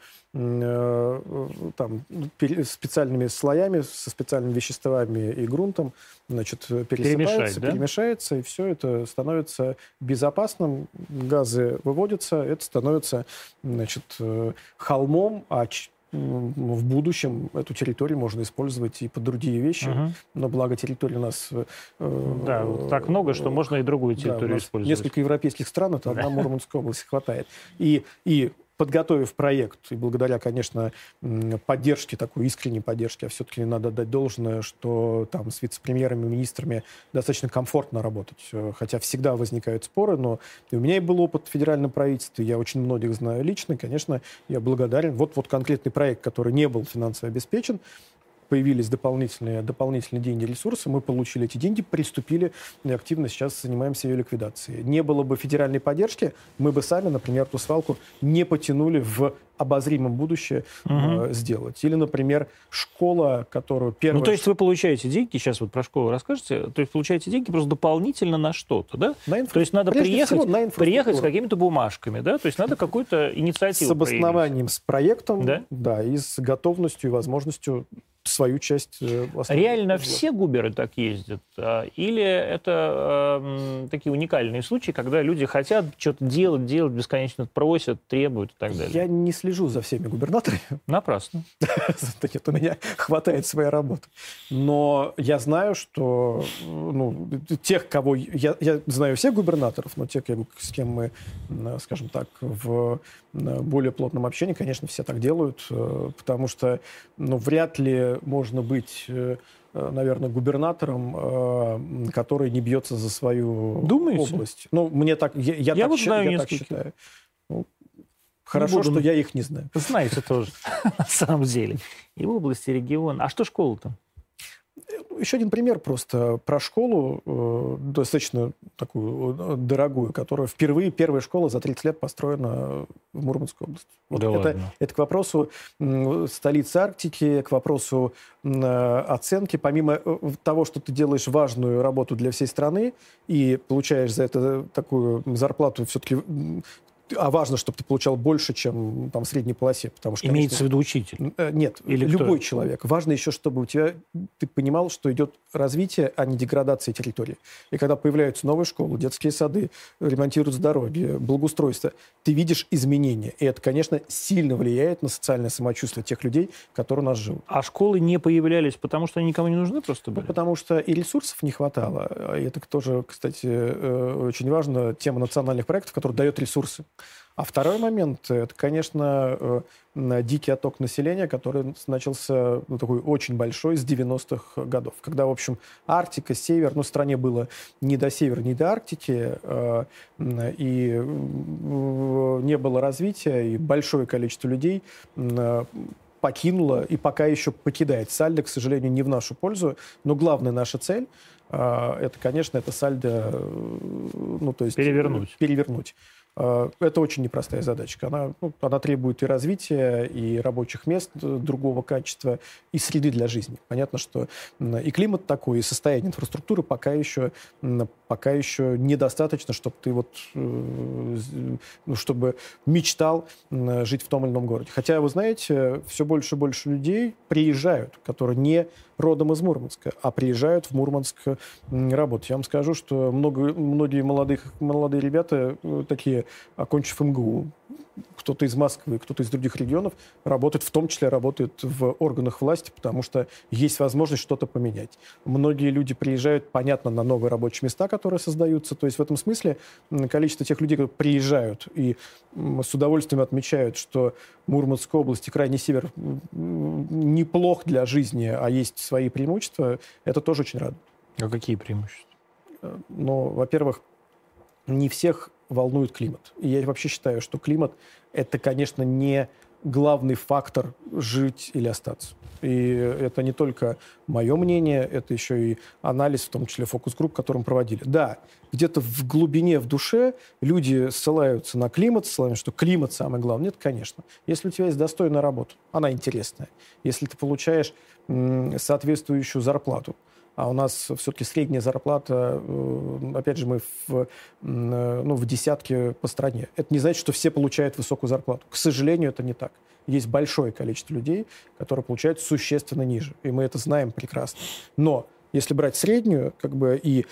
там, специальными слоями, со специальными веществами и грунтом, значит, пересыпается, да? перемешается, и все это становится безопасным. Газы выводятся, это становится, значит, холмом, а в будущем эту территорию можно использовать и под другие вещи. Uh-huh. Но благо территории у нас... Э, да, так много, что можно и другую территорию да, использовать. Несколько европейских стран, это одна Мурманская область хватает. И, и подготовив проект, и благодаря, конечно, поддержке, такой искренней поддержке, а все-таки надо дать должное, что там с вице-премьерами, министрами достаточно комфортно работать. Хотя всегда возникают споры, но и у меня и был опыт в федеральном правительстве, я очень многих знаю лично, конечно, я благодарен. Вот, вот конкретный проект, который не был финансово обеспечен, появились дополнительные, дополнительные деньги, ресурсы, мы получили эти деньги, приступили и активно сейчас занимаемся ее ликвидацией. Не было бы федеральной поддержки, мы бы сами, например, эту свалку не потянули в обозримом будущее угу. э, сделать. Или, например, школа, которую первая... Ну, то есть вы получаете деньги, сейчас вот про школу расскажете, то есть получаете деньги просто дополнительно на что-то, да? На инфра... То есть надо приехать, всего, приехать с какими-то бумажками, да? То есть надо какую-то инициативу с обоснованием, проявить. с проектом, да? Да, и с готовностью и возможностью свою часть... Э, Реально все губеры так ездят? Или это э, такие уникальные случаи, когда люди хотят что-то делать, делать, бесконечно просят, требуют и так далее? Я не слежу за всеми губернаторами. Напрасно. Нет, у меня хватает своей работы. Но я знаю, что ну, тех, кого... Я, я знаю всех губернаторов, но тех, с кем мы, скажем так, в более плотном общении, конечно, все так делают, потому что ну, вряд ли можно быть... наверное, губернатором, который не бьется за свою Думаете? область. Ну, мне так, я, я, я так, вот знаю я так считаю. Ну, хорошо, буду... что я их не знаю. Знаете тоже, на самом деле. И в области, и региона. А что школа-то? Еще один пример просто про школу, э, достаточно такую дорогую, которая впервые, первая школа за тридцать лет построена в Мурманской области. Вот да это, ладно. это к вопросу э, столицы Арктики, к вопросу э, оценки. Помимо того, что ты делаешь важную работу для всей страны и получаешь за это такую зарплату все-таки... А важно, чтобы ты получал больше, чем там, в средней полосе. Потому что, имеется конечно, в виду учитель? Нет, Или любой кто? человек. Важно еще, чтобы у тебя ты понимал, что идет развитие, а не деградация территории. И когда появляются новые школы, детские сады, ремонтируются дороги, благоустройство, ты видишь изменения. И это, конечно, сильно влияет на социальное самочувствие тех людей, которые у нас живут. А школы не появлялись, потому что они никому не нужны просто были? Ну, потому что и ресурсов не хватало. И это тоже, кстати, очень важно, тема национальных проектов, которая дает ресурсы. А второй момент, это, конечно, дикий отток населения, который начался ну, такой очень большой с девяностых годов, когда, в общем, Арктика, север, ну, в стране было ни до севера, ни до Арктики, и не было развития, и большое количество людей покинуло и пока еще покидает. Сальдо, к сожалению, не в нашу пользу, но главная наша цель это, конечно, это сальдо, ну, то есть перевернуть. перевернуть. Это очень непростая задачка. Она, ну, она требует и развития, и рабочих мест другого качества, и среды для жизни. Понятно, что и климат такой, и состояние инфраструктуры пока еще, пока еще недостаточно, чтобы ты вот, ну, чтобы мечтал жить в том или ином городе. Хотя, вы знаете, все больше и больше людей приезжают, которые не родом из Мурманска, а приезжают в Мурманск работать. Я вам скажу, что много, многие молодых, молодые ребята, такие, окончив эм гэ у, кто-то из Москвы, кто-то из других регионов, работает, в том числе работает в органах власти, потому что есть возможность что-то поменять. Многие люди приезжают, понятно, на новые рабочие места, которые создаются. То есть в этом смысле количество тех людей, которые приезжают и с удовольствием отмечают, что Мурманская область и крайний север неплох для жизни, а есть свои преимущества, это тоже очень радует. А какие преимущества? Ну, во-первых, не всех волнует климат. И я вообще считаю, что климат – это, конечно, не главный фактор жить или остаться. И это не только мое мнение, это еще и анализ, в том числе фокус-групп, который мы проводили. Да, где-то в глубине, в душе люди ссылаются на климат, ссылаются, что климат самое главное. Нет, конечно. Если у тебя есть достойная работа, она интересная. Если ты получаешь м, соответствующую зарплату, а у нас все-таки средняя зарплата, опять же, мы в, ну, в десятке по стране. Это не значит, что все получают высокую зарплату. К сожалению, это не так. Есть большое количество людей, которые получают существенно ниже. И мы это знаем прекрасно. Но если брать среднюю, как бы, и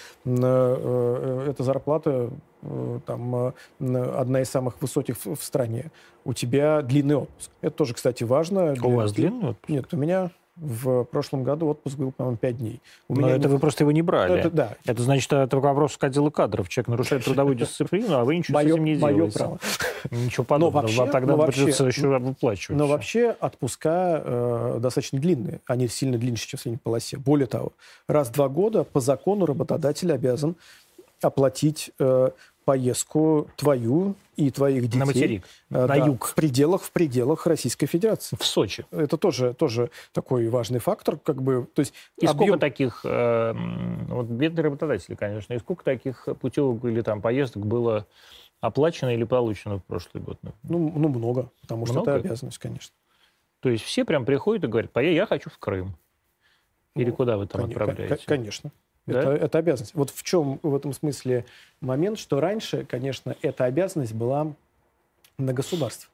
э, эта зарплата э, там, э, одна из самых высоких в, в стране, у тебя длинный отпуск. Это тоже, кстати, важно. У вас длинный отпуск? Нет, у меня... В прошлом году отпуск был, по-моему, пять дней. У Но меня это не... вы просто его не брали. Это, да. Это значит, это вопрос к отделу кадров. Человек нарушает трудовую дисциплину, а вы ничего мое, с этим не мое делаете. Право. Ничего подобного. Вообще, Вам тогда вообще, придется еще выплачивать. Но все. вообще отпуска э, достаточно длинные. Они сильно длиннее, чем в средней полосе. Более того, раз в два года по закону работодатель обязан оплатить э, поездку твою и твоих детей. На материк, э, на да, юг. В пределах, в пределах Российской Федерации. В Сочи. Это тоже, тоже такой важный фактор. Как бы, то есть И объем... сколько таких, э, вот бедные работодатели, конечно, и сколько таких путевок или там поездок было оплачено или получено в прошлый год? Ну, ну много, потому что много? это обязанность, конечно. То есть все прям приходят и говорят, поедь, я хочу в Крым. Или Ну, куда вы там кон- отправляете? Конечно. Да? Это, это обязанность. Вот в чем в этом смысле момент, что раньше, конечно, эта обязанность была на государстве.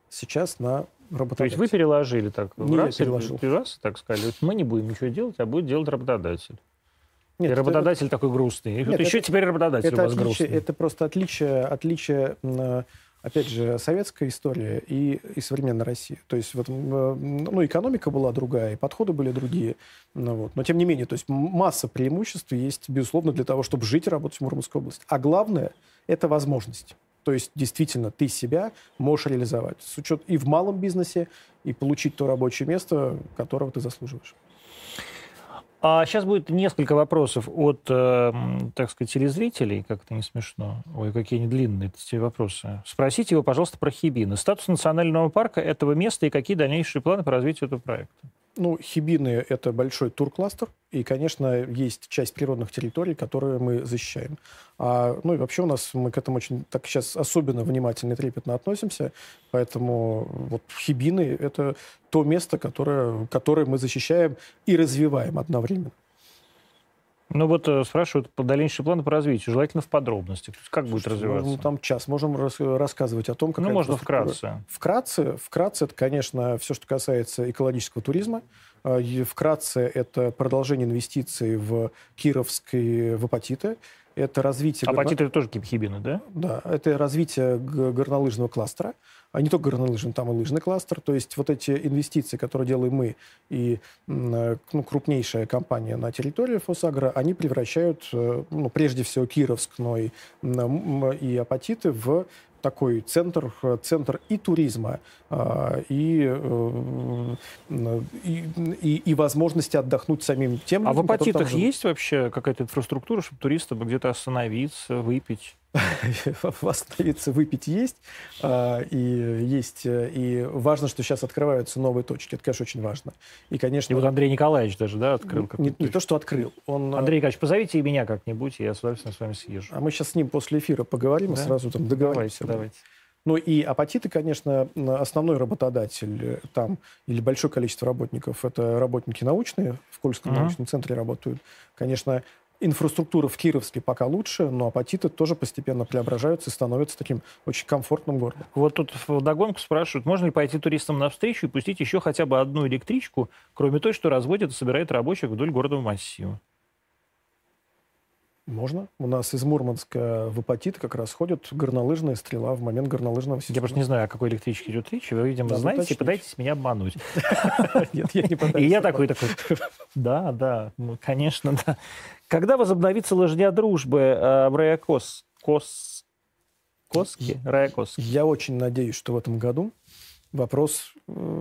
сейчас на работодателя. То есть вы переложили так? Не раз, я переложил. Раз, так сказали, мы не будем ничего делать, а будет делать работодатель. Нет, и работодатель это... такой грустный. И Нет, вот это... еще теперь работодатель это у вас отличие, грустный. Это просто отличие, отличие, опять же, советской истории и, и современной России. То есть вот, ну, экономика была другая, и подходы были другие. Ну, вот. Но тем не менее, то есть масса преимуществ есть, безусловно, для того, чтобы жить и работать в Мурманской области. А главное – это возможность. То есть, действительно, ты себя можешь реализовать с учетом и в малом бизнесе, и получить то рабочее место, которого ты заслуживаешь. А сейчас будет несколько вопросов от, э, так сказать, телезрителей. Как-то не смешно. Ой, какие они длинные эти вопросы. Спросите его, пожалуйста, про Хибины. Статус национального парка этого места и какие дальнейшие планы по развитию этого проекта? Ну, Хибины – это большой туркластер, и, конечно, есть часть природных территорий, которые мы защищаем. А, ну и вообще у нас мы к этому очень так сейчас особенно внимательно и трепетно относимся, поэтому вот Хибины – это то место, которое, которое мы защищаем и развиваем одновременно. Ну вот э, спрашивают по дальнейшие планы по развитию, желательно в подробностях. То есть как будет Слушайте, развиваться? Ну, там час. Можем рас- рассказывать о том, как... Ну, можно вкратце. Вкратце, вкратце, это, конечно, все, что касается экологического туризма. И вкратце, это продолжение инвестиций в Кировские в апатиты. Это развитие... Апатиты горно... это тоже Хибины, да? Да, это развитие горнолыжного кластера. А не только горнолыжный, там и лыжный кластер. То есть вот эти инвестиции, которые делаем мы и ну, крупнейшая компания на территории Фосагро, они превращают, ну, прежде всего, Кировск, но и, и апатиты в такой центр, центр и туризма, и, и, и, и возможности отдохнуть самим тем людям. А в апатитах есть вообще какая-то инфраструктура, чтобы туристам где-то остановиться, выпить? Остановиться, выпить есть. И есть. И важно, что сейчас открываются новые точки. Это, конечно, очень важно. И, конечно... И вот Андрей Николаевич даже, да, открыл? Не, не то, что открыл. Он... Андрей Николаевич, позовите и меня как-нибудь, и я с удовольствием с вами съезжу. А мы сейчас с ним после эфира поговорим, да? И сразу там договоримся. Давайте, давайте. Ну и апатиты, конечно, основной работодатель там, или большое количество работников, это работники научные, в Кольском uh-huh. научном центре работают. Конечно, инфраструктура в Кировске пока лучше, но апатиты тоже постепенно преображаются и становятся таким очень комфортным городом. Вот тут вдогонку спрашивают, можно ли пойти туристам навстречу и пустить еще хотя бы одну электричку, кроме той, что разводит и собирает рабочих вдоль городного массива? Можно. У нас из Мурманска в апатит как раз ходит горнолыжная стрела в момент горнолыжного сезона. Я просто не знаю, о какой электричке идет речь. Вы, видимо, да, знаете, пытаетесь меня обмануть. Нет, я не пытаюсь. И я такой, такой, да, да, конечно, да. Когда возобновится лыжня дружбы в Раякос? Кос... Коске? Раякоске. Я очень надеюсь, что в этом году. Вопрос,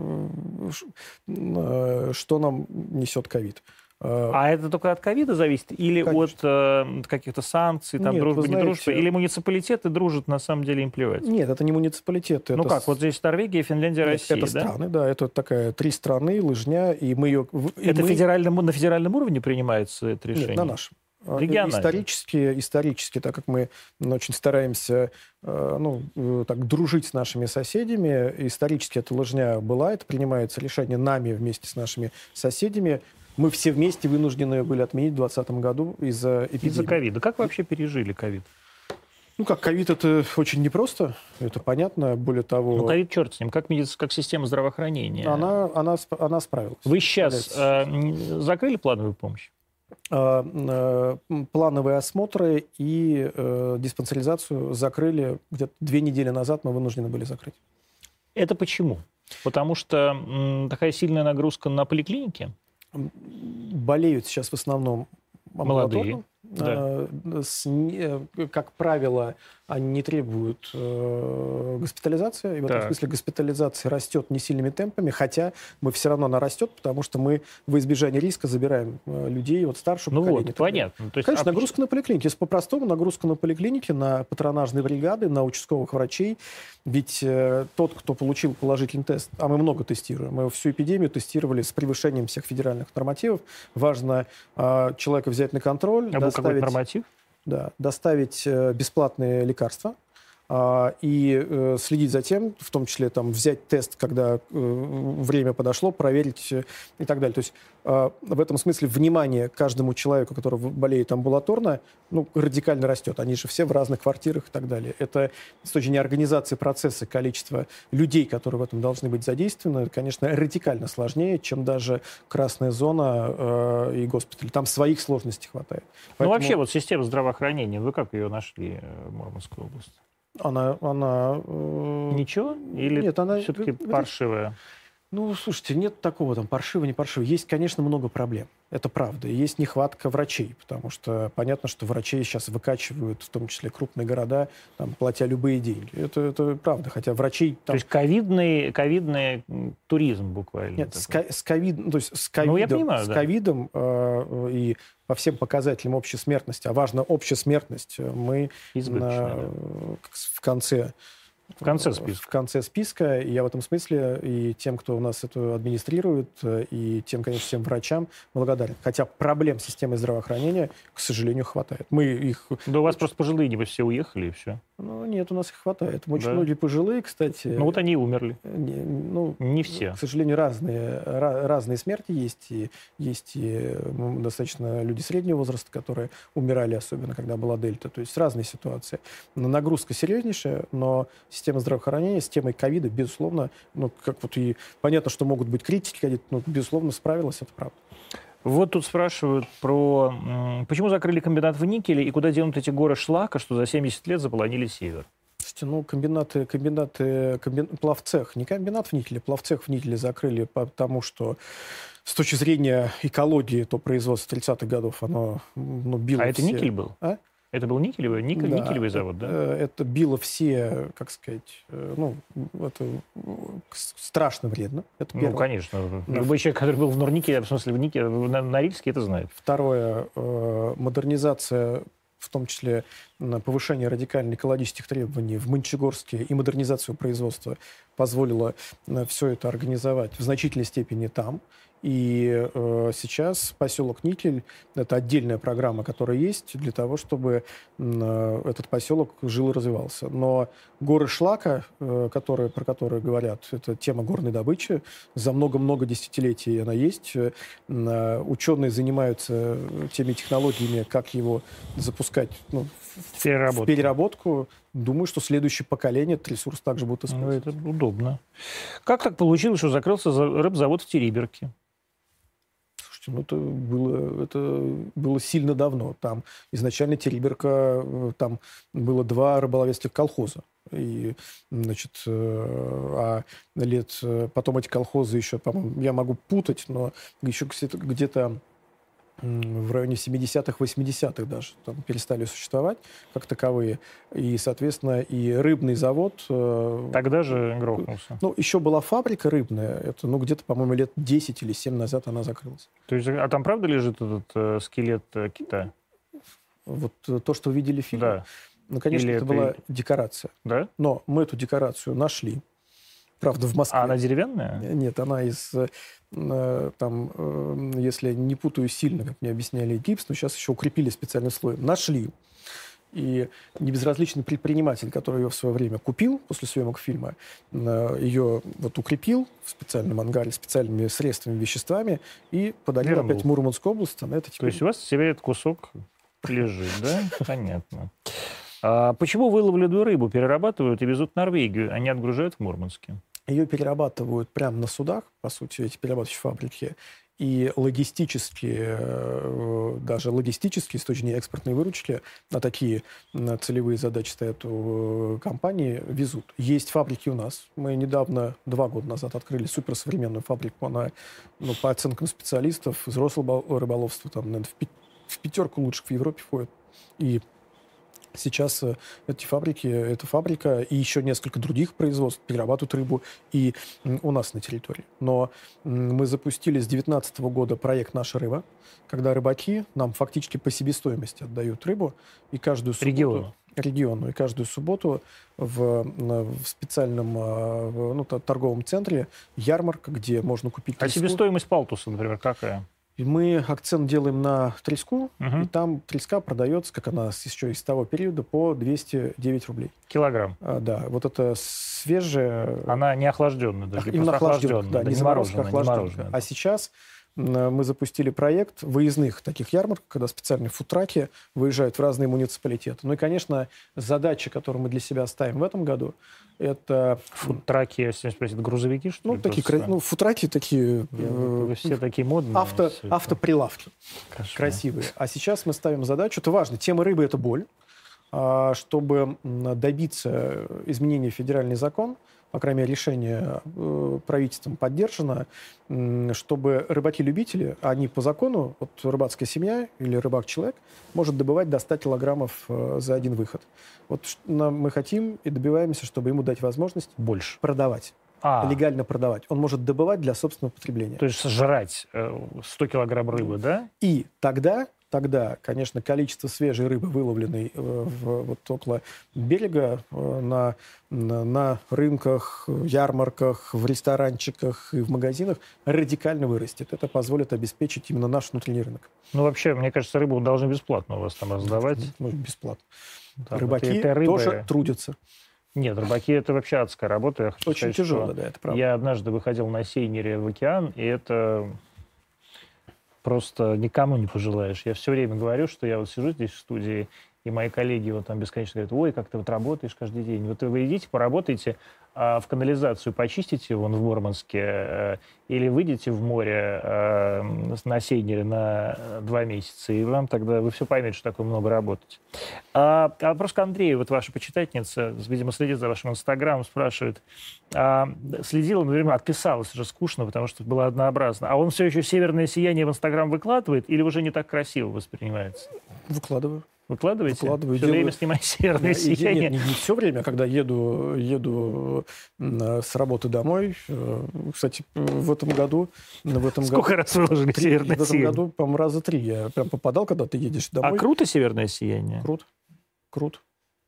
что нам несет ковид. А это только от ковида зависит? Или Конечно. от э, каких-то санкций, там, Нет, дружбы, знаете, не дружбы? Или муниципалитеты дружат, на самом деле им плевать? Нет, это не муниципалитеты. Ну это как, вот здесь Норвегия, Финляндия, Нет, Россия, это да? страны, да, это такая три страны, лыжня, и мы ее... И это мы... федеральном, на федеральном уровне принимается это решение? Нет, на нашем. Регионально. Исторически, исторически, так как мы очень стараемся ну, так, дружить с нашими соседями, исторически эта лыжня была, это принимается решение нами вместе с нашими соседями. Мы все вместе вынуждены были отменить в двадцатом году из-за эпидемии. Из-за ковида. Как вы вообще пережили ковид? Ну как, ковид это очень непросто, это понятно, более того... Ну ковид, черт с ним, как, медиц... как система здравоохранения? Она, она, она справилась. Вы сейчас э, закрыли плановую помощь? Э, э, плановые осмотры и э, диспансеризацию закрыли где-то две недели назад, мы вынуждены были закрыть. Это почему? Потому что м, такая сильная нагрузка на поликлинике? Болеют сейчас в основном молодые. Да. С, как правило, они не требуют э, госпитализации. И в этом так. смысле госпитализация растет не сильными темпами, хотя мы все равно она растет, потому что мы во избежание риска забираем э, людей от старшего ну поколения. Вот, понятно. То есть, Конечно, а нагрузка почему? на поликлинике. Если по-простому, нагрузка на поликлинике, на патронажные бригады, на участковых врачей. Ведь э, тот, кто получил положительный тест, а мы много тестируем, мы всю эпидемию тестировали с превышением всех федеральных нормативов. Важно э, человека взять на контроль. А был какой-то норматив? Да, доставить бесплатные лекарства, и следить за тем, в том числе там, взять тест, когда время подошло, проверить и так далее. То есть в этом смысле внимание каждому человеку, который болеет амбулаторно, ну, радикально растет. Они же все в разных квартирах и так далее. Это с точки зрения организации процесса, количество людей, которые в этом должны быть задействованы, конечно, радикально сложнее, чем даже красная зона э, и госпиталь. Там своих сложностей хватает. Поэтому... Ну, вообще, вот система здравоохранения, вы как ее нашли в Мурманской области? Она... она э... Ничего? Или Нет, она... все-таки паршивая? Ну, слушайте, нет такого там паршиво, не паршиво. Есть, конечно, много проблем. Это правда. Есть нехватка врачей, потому что понятно, что врачей сейчас выкачивают, в том числе крупные города, там, платя любые деньги. Это, это правда. Хотя врачей... Там... То есть ковидный, ковидный туризм буквально? Нет, с, с, ковид, то есть с ковидом, ну, я понимаю, с да. ковидом э, и по всем показателям общей смертности, а важна общая смертность, мы на, да. в конце... В конце списка. В конце списка. И я в этом смысле и тем, кто у нас это администрирует, и тем, конечно, всем врачам благодарен. Хотя проблем с системой здравоохранения, к сожалению, хватает. Мы их... Да у вас просто пожилые, небось, все уехали, и все. Ну, нет, у нас их хватает. Очень да. многие пожилые, кстати... Ну, вот они и умерли. Не, ну, не все. К сожалению, разные, разные смерти есть. И есть и достаточно люди среднего возраста, которые умирали, особенно когда была дельта. То есть разные ситуации. Но нагрузка серьезнейшая, но система здравоохранения с темой ковида, безусловно, ну, как вот и понятно, что могут быть критики, но, безусловно, справилась, это правда. Вот тут спрашивают про... Почему закрыли комбинат в никеле и куда денут эти горы шлака, что за семьдесят лет заполонили север? Слушайте, ну, комбинаты, комбинаты, комбин... плавцех, не комбинат в никеле, плавцех в никеле закрыли, потому что с точки зрения экологии, то производство тридцатых годов, оно ну, било А все... это никель был? А? Это был никелевый, никель, да, никелевый завод, да? Это било все, как сказать, ну, это страшно вредно. Это ну, первое. конечно. Да. Любой человек, который был в Норникеле, в смысле в Никеле, на Норильске, это знает. Второе, модернизация, в том числе повышение радикально экологических требований в Мончегорске и модернизацию производства позволила все это организовать в значительной степени там. И э, сейчас поселок Никель – это отдельная программа, которая есть для того, чтобы э, этот поселок жил и развивался. Но горы шлака, э, которые, про которые говорят, это тема горной добычи. За много-много десятилетий она есть. Э, ученые занимаются теми технологиями, как его запускать ну, в, переработку. в переработку. Думаю, что следующее поколение этот ресурс также будет использовать. Ну, это удобно. Как так получилось, что закрылся рыбзавод в Териберке? Ну, это было, это было сильно давно. Там изначально Териберка, там было два рыболовецких колхоза. И, значит, а лет... Потом эти колхозы еще, по-моему, я могу путать, но еще где-то, где-то в районе семидесятых, восьмидесятых даже там перестали существовать как таковые. И, соответственно, и рыбный завод... Тогда же грохнулся. Ну, еще была фабрика рыбная. Это, ну, где-то, по-моему, лет десять или семь назад она закрылась. То есть, а там правда лежит этот э, скелет э, кита? Вот э, то, что вы видели в фильме? Да. Ну, конечно, Или это, это была декорация. Да? Но мы эту декорацию нашли. Правда, в Москве. А она деревянная? Нет, она из... Там, если не путаю сильно, как мне объясняли, гипс, но сейчас еще укрепили специальным слоем. Нашли. И небезразличный предприниматель, который ее в свое время купил после съемок фильма, ее вот укрепил в специальном ангаре специальными средствами, веществами и подарил Вернул. опять Мурманскую область. Она это теперь... То есть у вас себе этот кусок лежит, да? Понятно. А почему выловленную рыбу перерабатывают и везут в Норвегию, а не отгружают в Мурманске? Ее перерабатывают прямо на судах, по сути, эти перерабатывающие фабрики. И логистически, даже логистически, с точки зрения экспортной выручки, на такие целевые задачи стоят у компании, везут. Есть фабрики у нас. Мы недавно, два года назад, открыли суперсовременную фабрику. Она, ну, по оценкам специалистов, взрослого рыболовства, там, наверное, в пятерку лучших в Европе входит. И сейчас эти фабрики, эта фабрика и еще несколько других производств перерабатывают рыбу и у нас на территории. Но мы запустили с две тысячи девятнадцатого года проект «Наша рыба», когда рыбаки нам фактически по себестоимости отдают рыбу, и каждую субботу... Региону. региону. И каждую субботу в, в специальном ну, торговом центре ярмарка, где можно купить... А треску. себестоимость палтуса, например, какая? И мы акцент делаем на треску, Угу. и там треска продается, как она с- еще из того периода, по двести девять рублей. Килограмм. А, да, вот это свежая... Она не охлажденная, даже, Именно просто охлажденная, охлажденная, да, не не заморозка, а мороженая, не охлажденная. мороженая. А сейчас м, мы запустили проект выездных таких ярмарок, когда специальные фудтраки выезжают в разные муниципалитеты. Ну и, конечно, задача, которую мы для себя ставим в этом году, это... Фудтраки, если спросить, грузовики, что Ну, ли? такие, просто? кра- ну, фудтраки такие... Я- э, Вы все такие модные. авто, всё это. автоприлавки Кошмар. красивые. А сейчас мы ставим задачу, это важно, тема рыбы – это боль. А, чтобы м, добиться изменения в федеральный закон, по крайней мере, решение э, правительством поддержано, м, чтобы рыбаки-любители, они по закону, вот рыбацкая семья или рыбак-человек, может добывать до ста килограммов э, за один выход. Вот ш- нам, мы хотим и добиваемся, чтобы ему дать возможность Больше. продавать, А, легально продавать. Он может добывать для собственного потребления. то есть сжрать э, сто килограмм рыбы, да? И тогда, тогда, конечно, количество свежей рыбы, выловленной э, в, вот около берега, э, на, на, на рынках, ярмарках, в ресторанчиках и в магазинах радикально вырастет. Это позволит обеспечить именно наш внутренний рынок. Ну, вообще, мне кажется, рыбу должны бесплатно у вас там раздавать. Ну, бесплатно. Да, Рыбаки вот этой рыбы- тоже трудятся. Нет, рыбаки — это вообще адская работа. Я хочу Очень сказать, тяжело, что да, это правда. Я однажды выходил на сейнере в океан, и это просто никому не пожелаешь. Я все время говорю, что я вот сижу здесь в студии, и мои коллеги вот там бесконечно говорят: ой, как ты вот работаешь каждый день. Вот вы идите, поработаете, а в канализацию почистите вон в Мурманске, э, или выйдете в море э, на сейнере на два месяца, и вам тогда вы все поймете, что такое много работать. А, а вопрос к Андрею. Вот ваша почитательница, видимо, следит за вашим инстаграмом, спрашивает. А, следила, например, отписалась уже скучно, потому что было однообразно. А он все еще «Северное сияние» в инстаграм выкладывает или уже не так красиво воспринимается? Выкладываю. Выкладываете? Выкладываю, Все делаю. время снимаю «Северное И- и- сияние». Нет, не, все время, когда еду, еду м, с работы домой. Э, Кстати, в этом году... В этом Сколько году, раз выложили три- «Северное в этом сияние»? году, по-моему, раза три я прям попадал, когда ты едешь А домой. круто «Северное сияние»? Круто. Круто.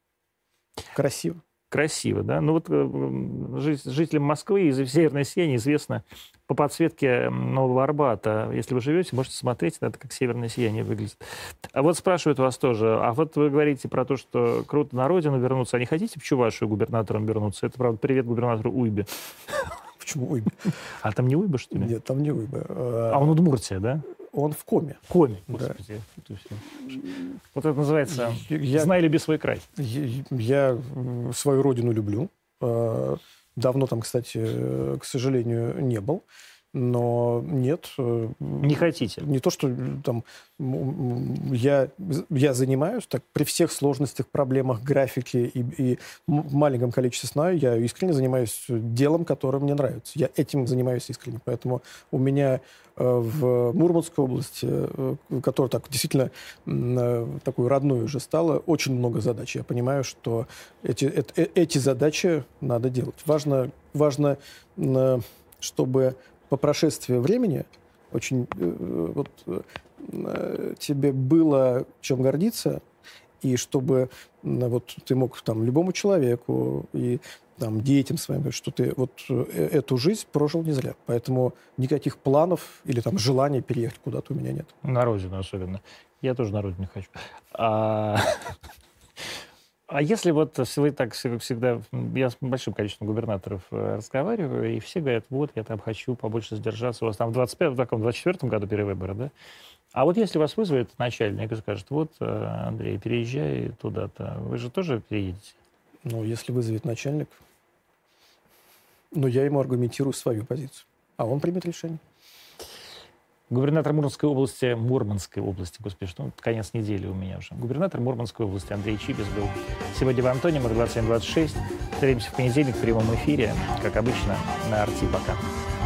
Красиво. Красиво, да? Ну вот э, м, жи- жителям Москвы из «Северное сияние» известно по подсветке Нового Арбата. Если вы живете, можете смотреть на это, как «Северное сияние» выглядит. А вот спрашивают вас тоже, а вот вы говорите про то, что круто на родину вернуться, а не хотите в Чувашию губернатором вернуться? Это, правда, привет губернатору Уйбе. Почему Уйбе? А там не Уйба, что ли? Нет, там не Уйбе. А он Удмуртия, да? Он в коме. Коми. Да. Господи. Это всё. Вот это называется Я, «Знай, люби свой край». я, я, м, свою родину люблю. Э, Давно там, кстати, э, к сожалению, не был. Но нет. э, Не хотите? Не то, что э, там м, м, я, я занимаюсь, так при всех сложностях, проблемах, графике и, и м- маленьком количестве сна, я искренне занимаюсь делом, которое мне нравится. Я этим занимаюсь искренне. Поэтому у меня э, в Мурманской области, э, которая так действительно м, э, такой родной уже стала, очень много задач. Я понимаю, что эти, эт- э- эти задачи надо делать. Важно, важно м, чтобы по прошествии времени очень э, вот, э, тебе было чем гордиться, и чтобы м, вот, ты мог там, любому человеку и там, детям своим, говорить, что ты вот э, эту жизнь прожил не зря. Поэтому никаких планов или там, желаний переехать куда-то у меня нет. На родину особенно. Я тоже на родину хочу. А, а если вот вы так всегда, всегда- я с большим количеством губернаторов э, разговариваю, и все говорят: вот, я там хочу побольше сдержаться. У вас там в двадцать пятом, в таком двадцать четвёртом году перевыборы, да? А вот если вас вызовет начальник и скажет: вот, э, Андрей, переезжай туда-то, вы же тоже переедете? Но если вызовет начальник, но я ему аргументирую свою позицию, а он примет решение. Губернатор Мурманской области, Мурманской области, господи, что конец недели у меня уже. Губернатор Мурманской области Андрей Чибис был сегодня в Антониумах, двадцать семь двадцать шесть. Встретимся в понедельник в прямом эфире, как обычно, на Арти. Пока.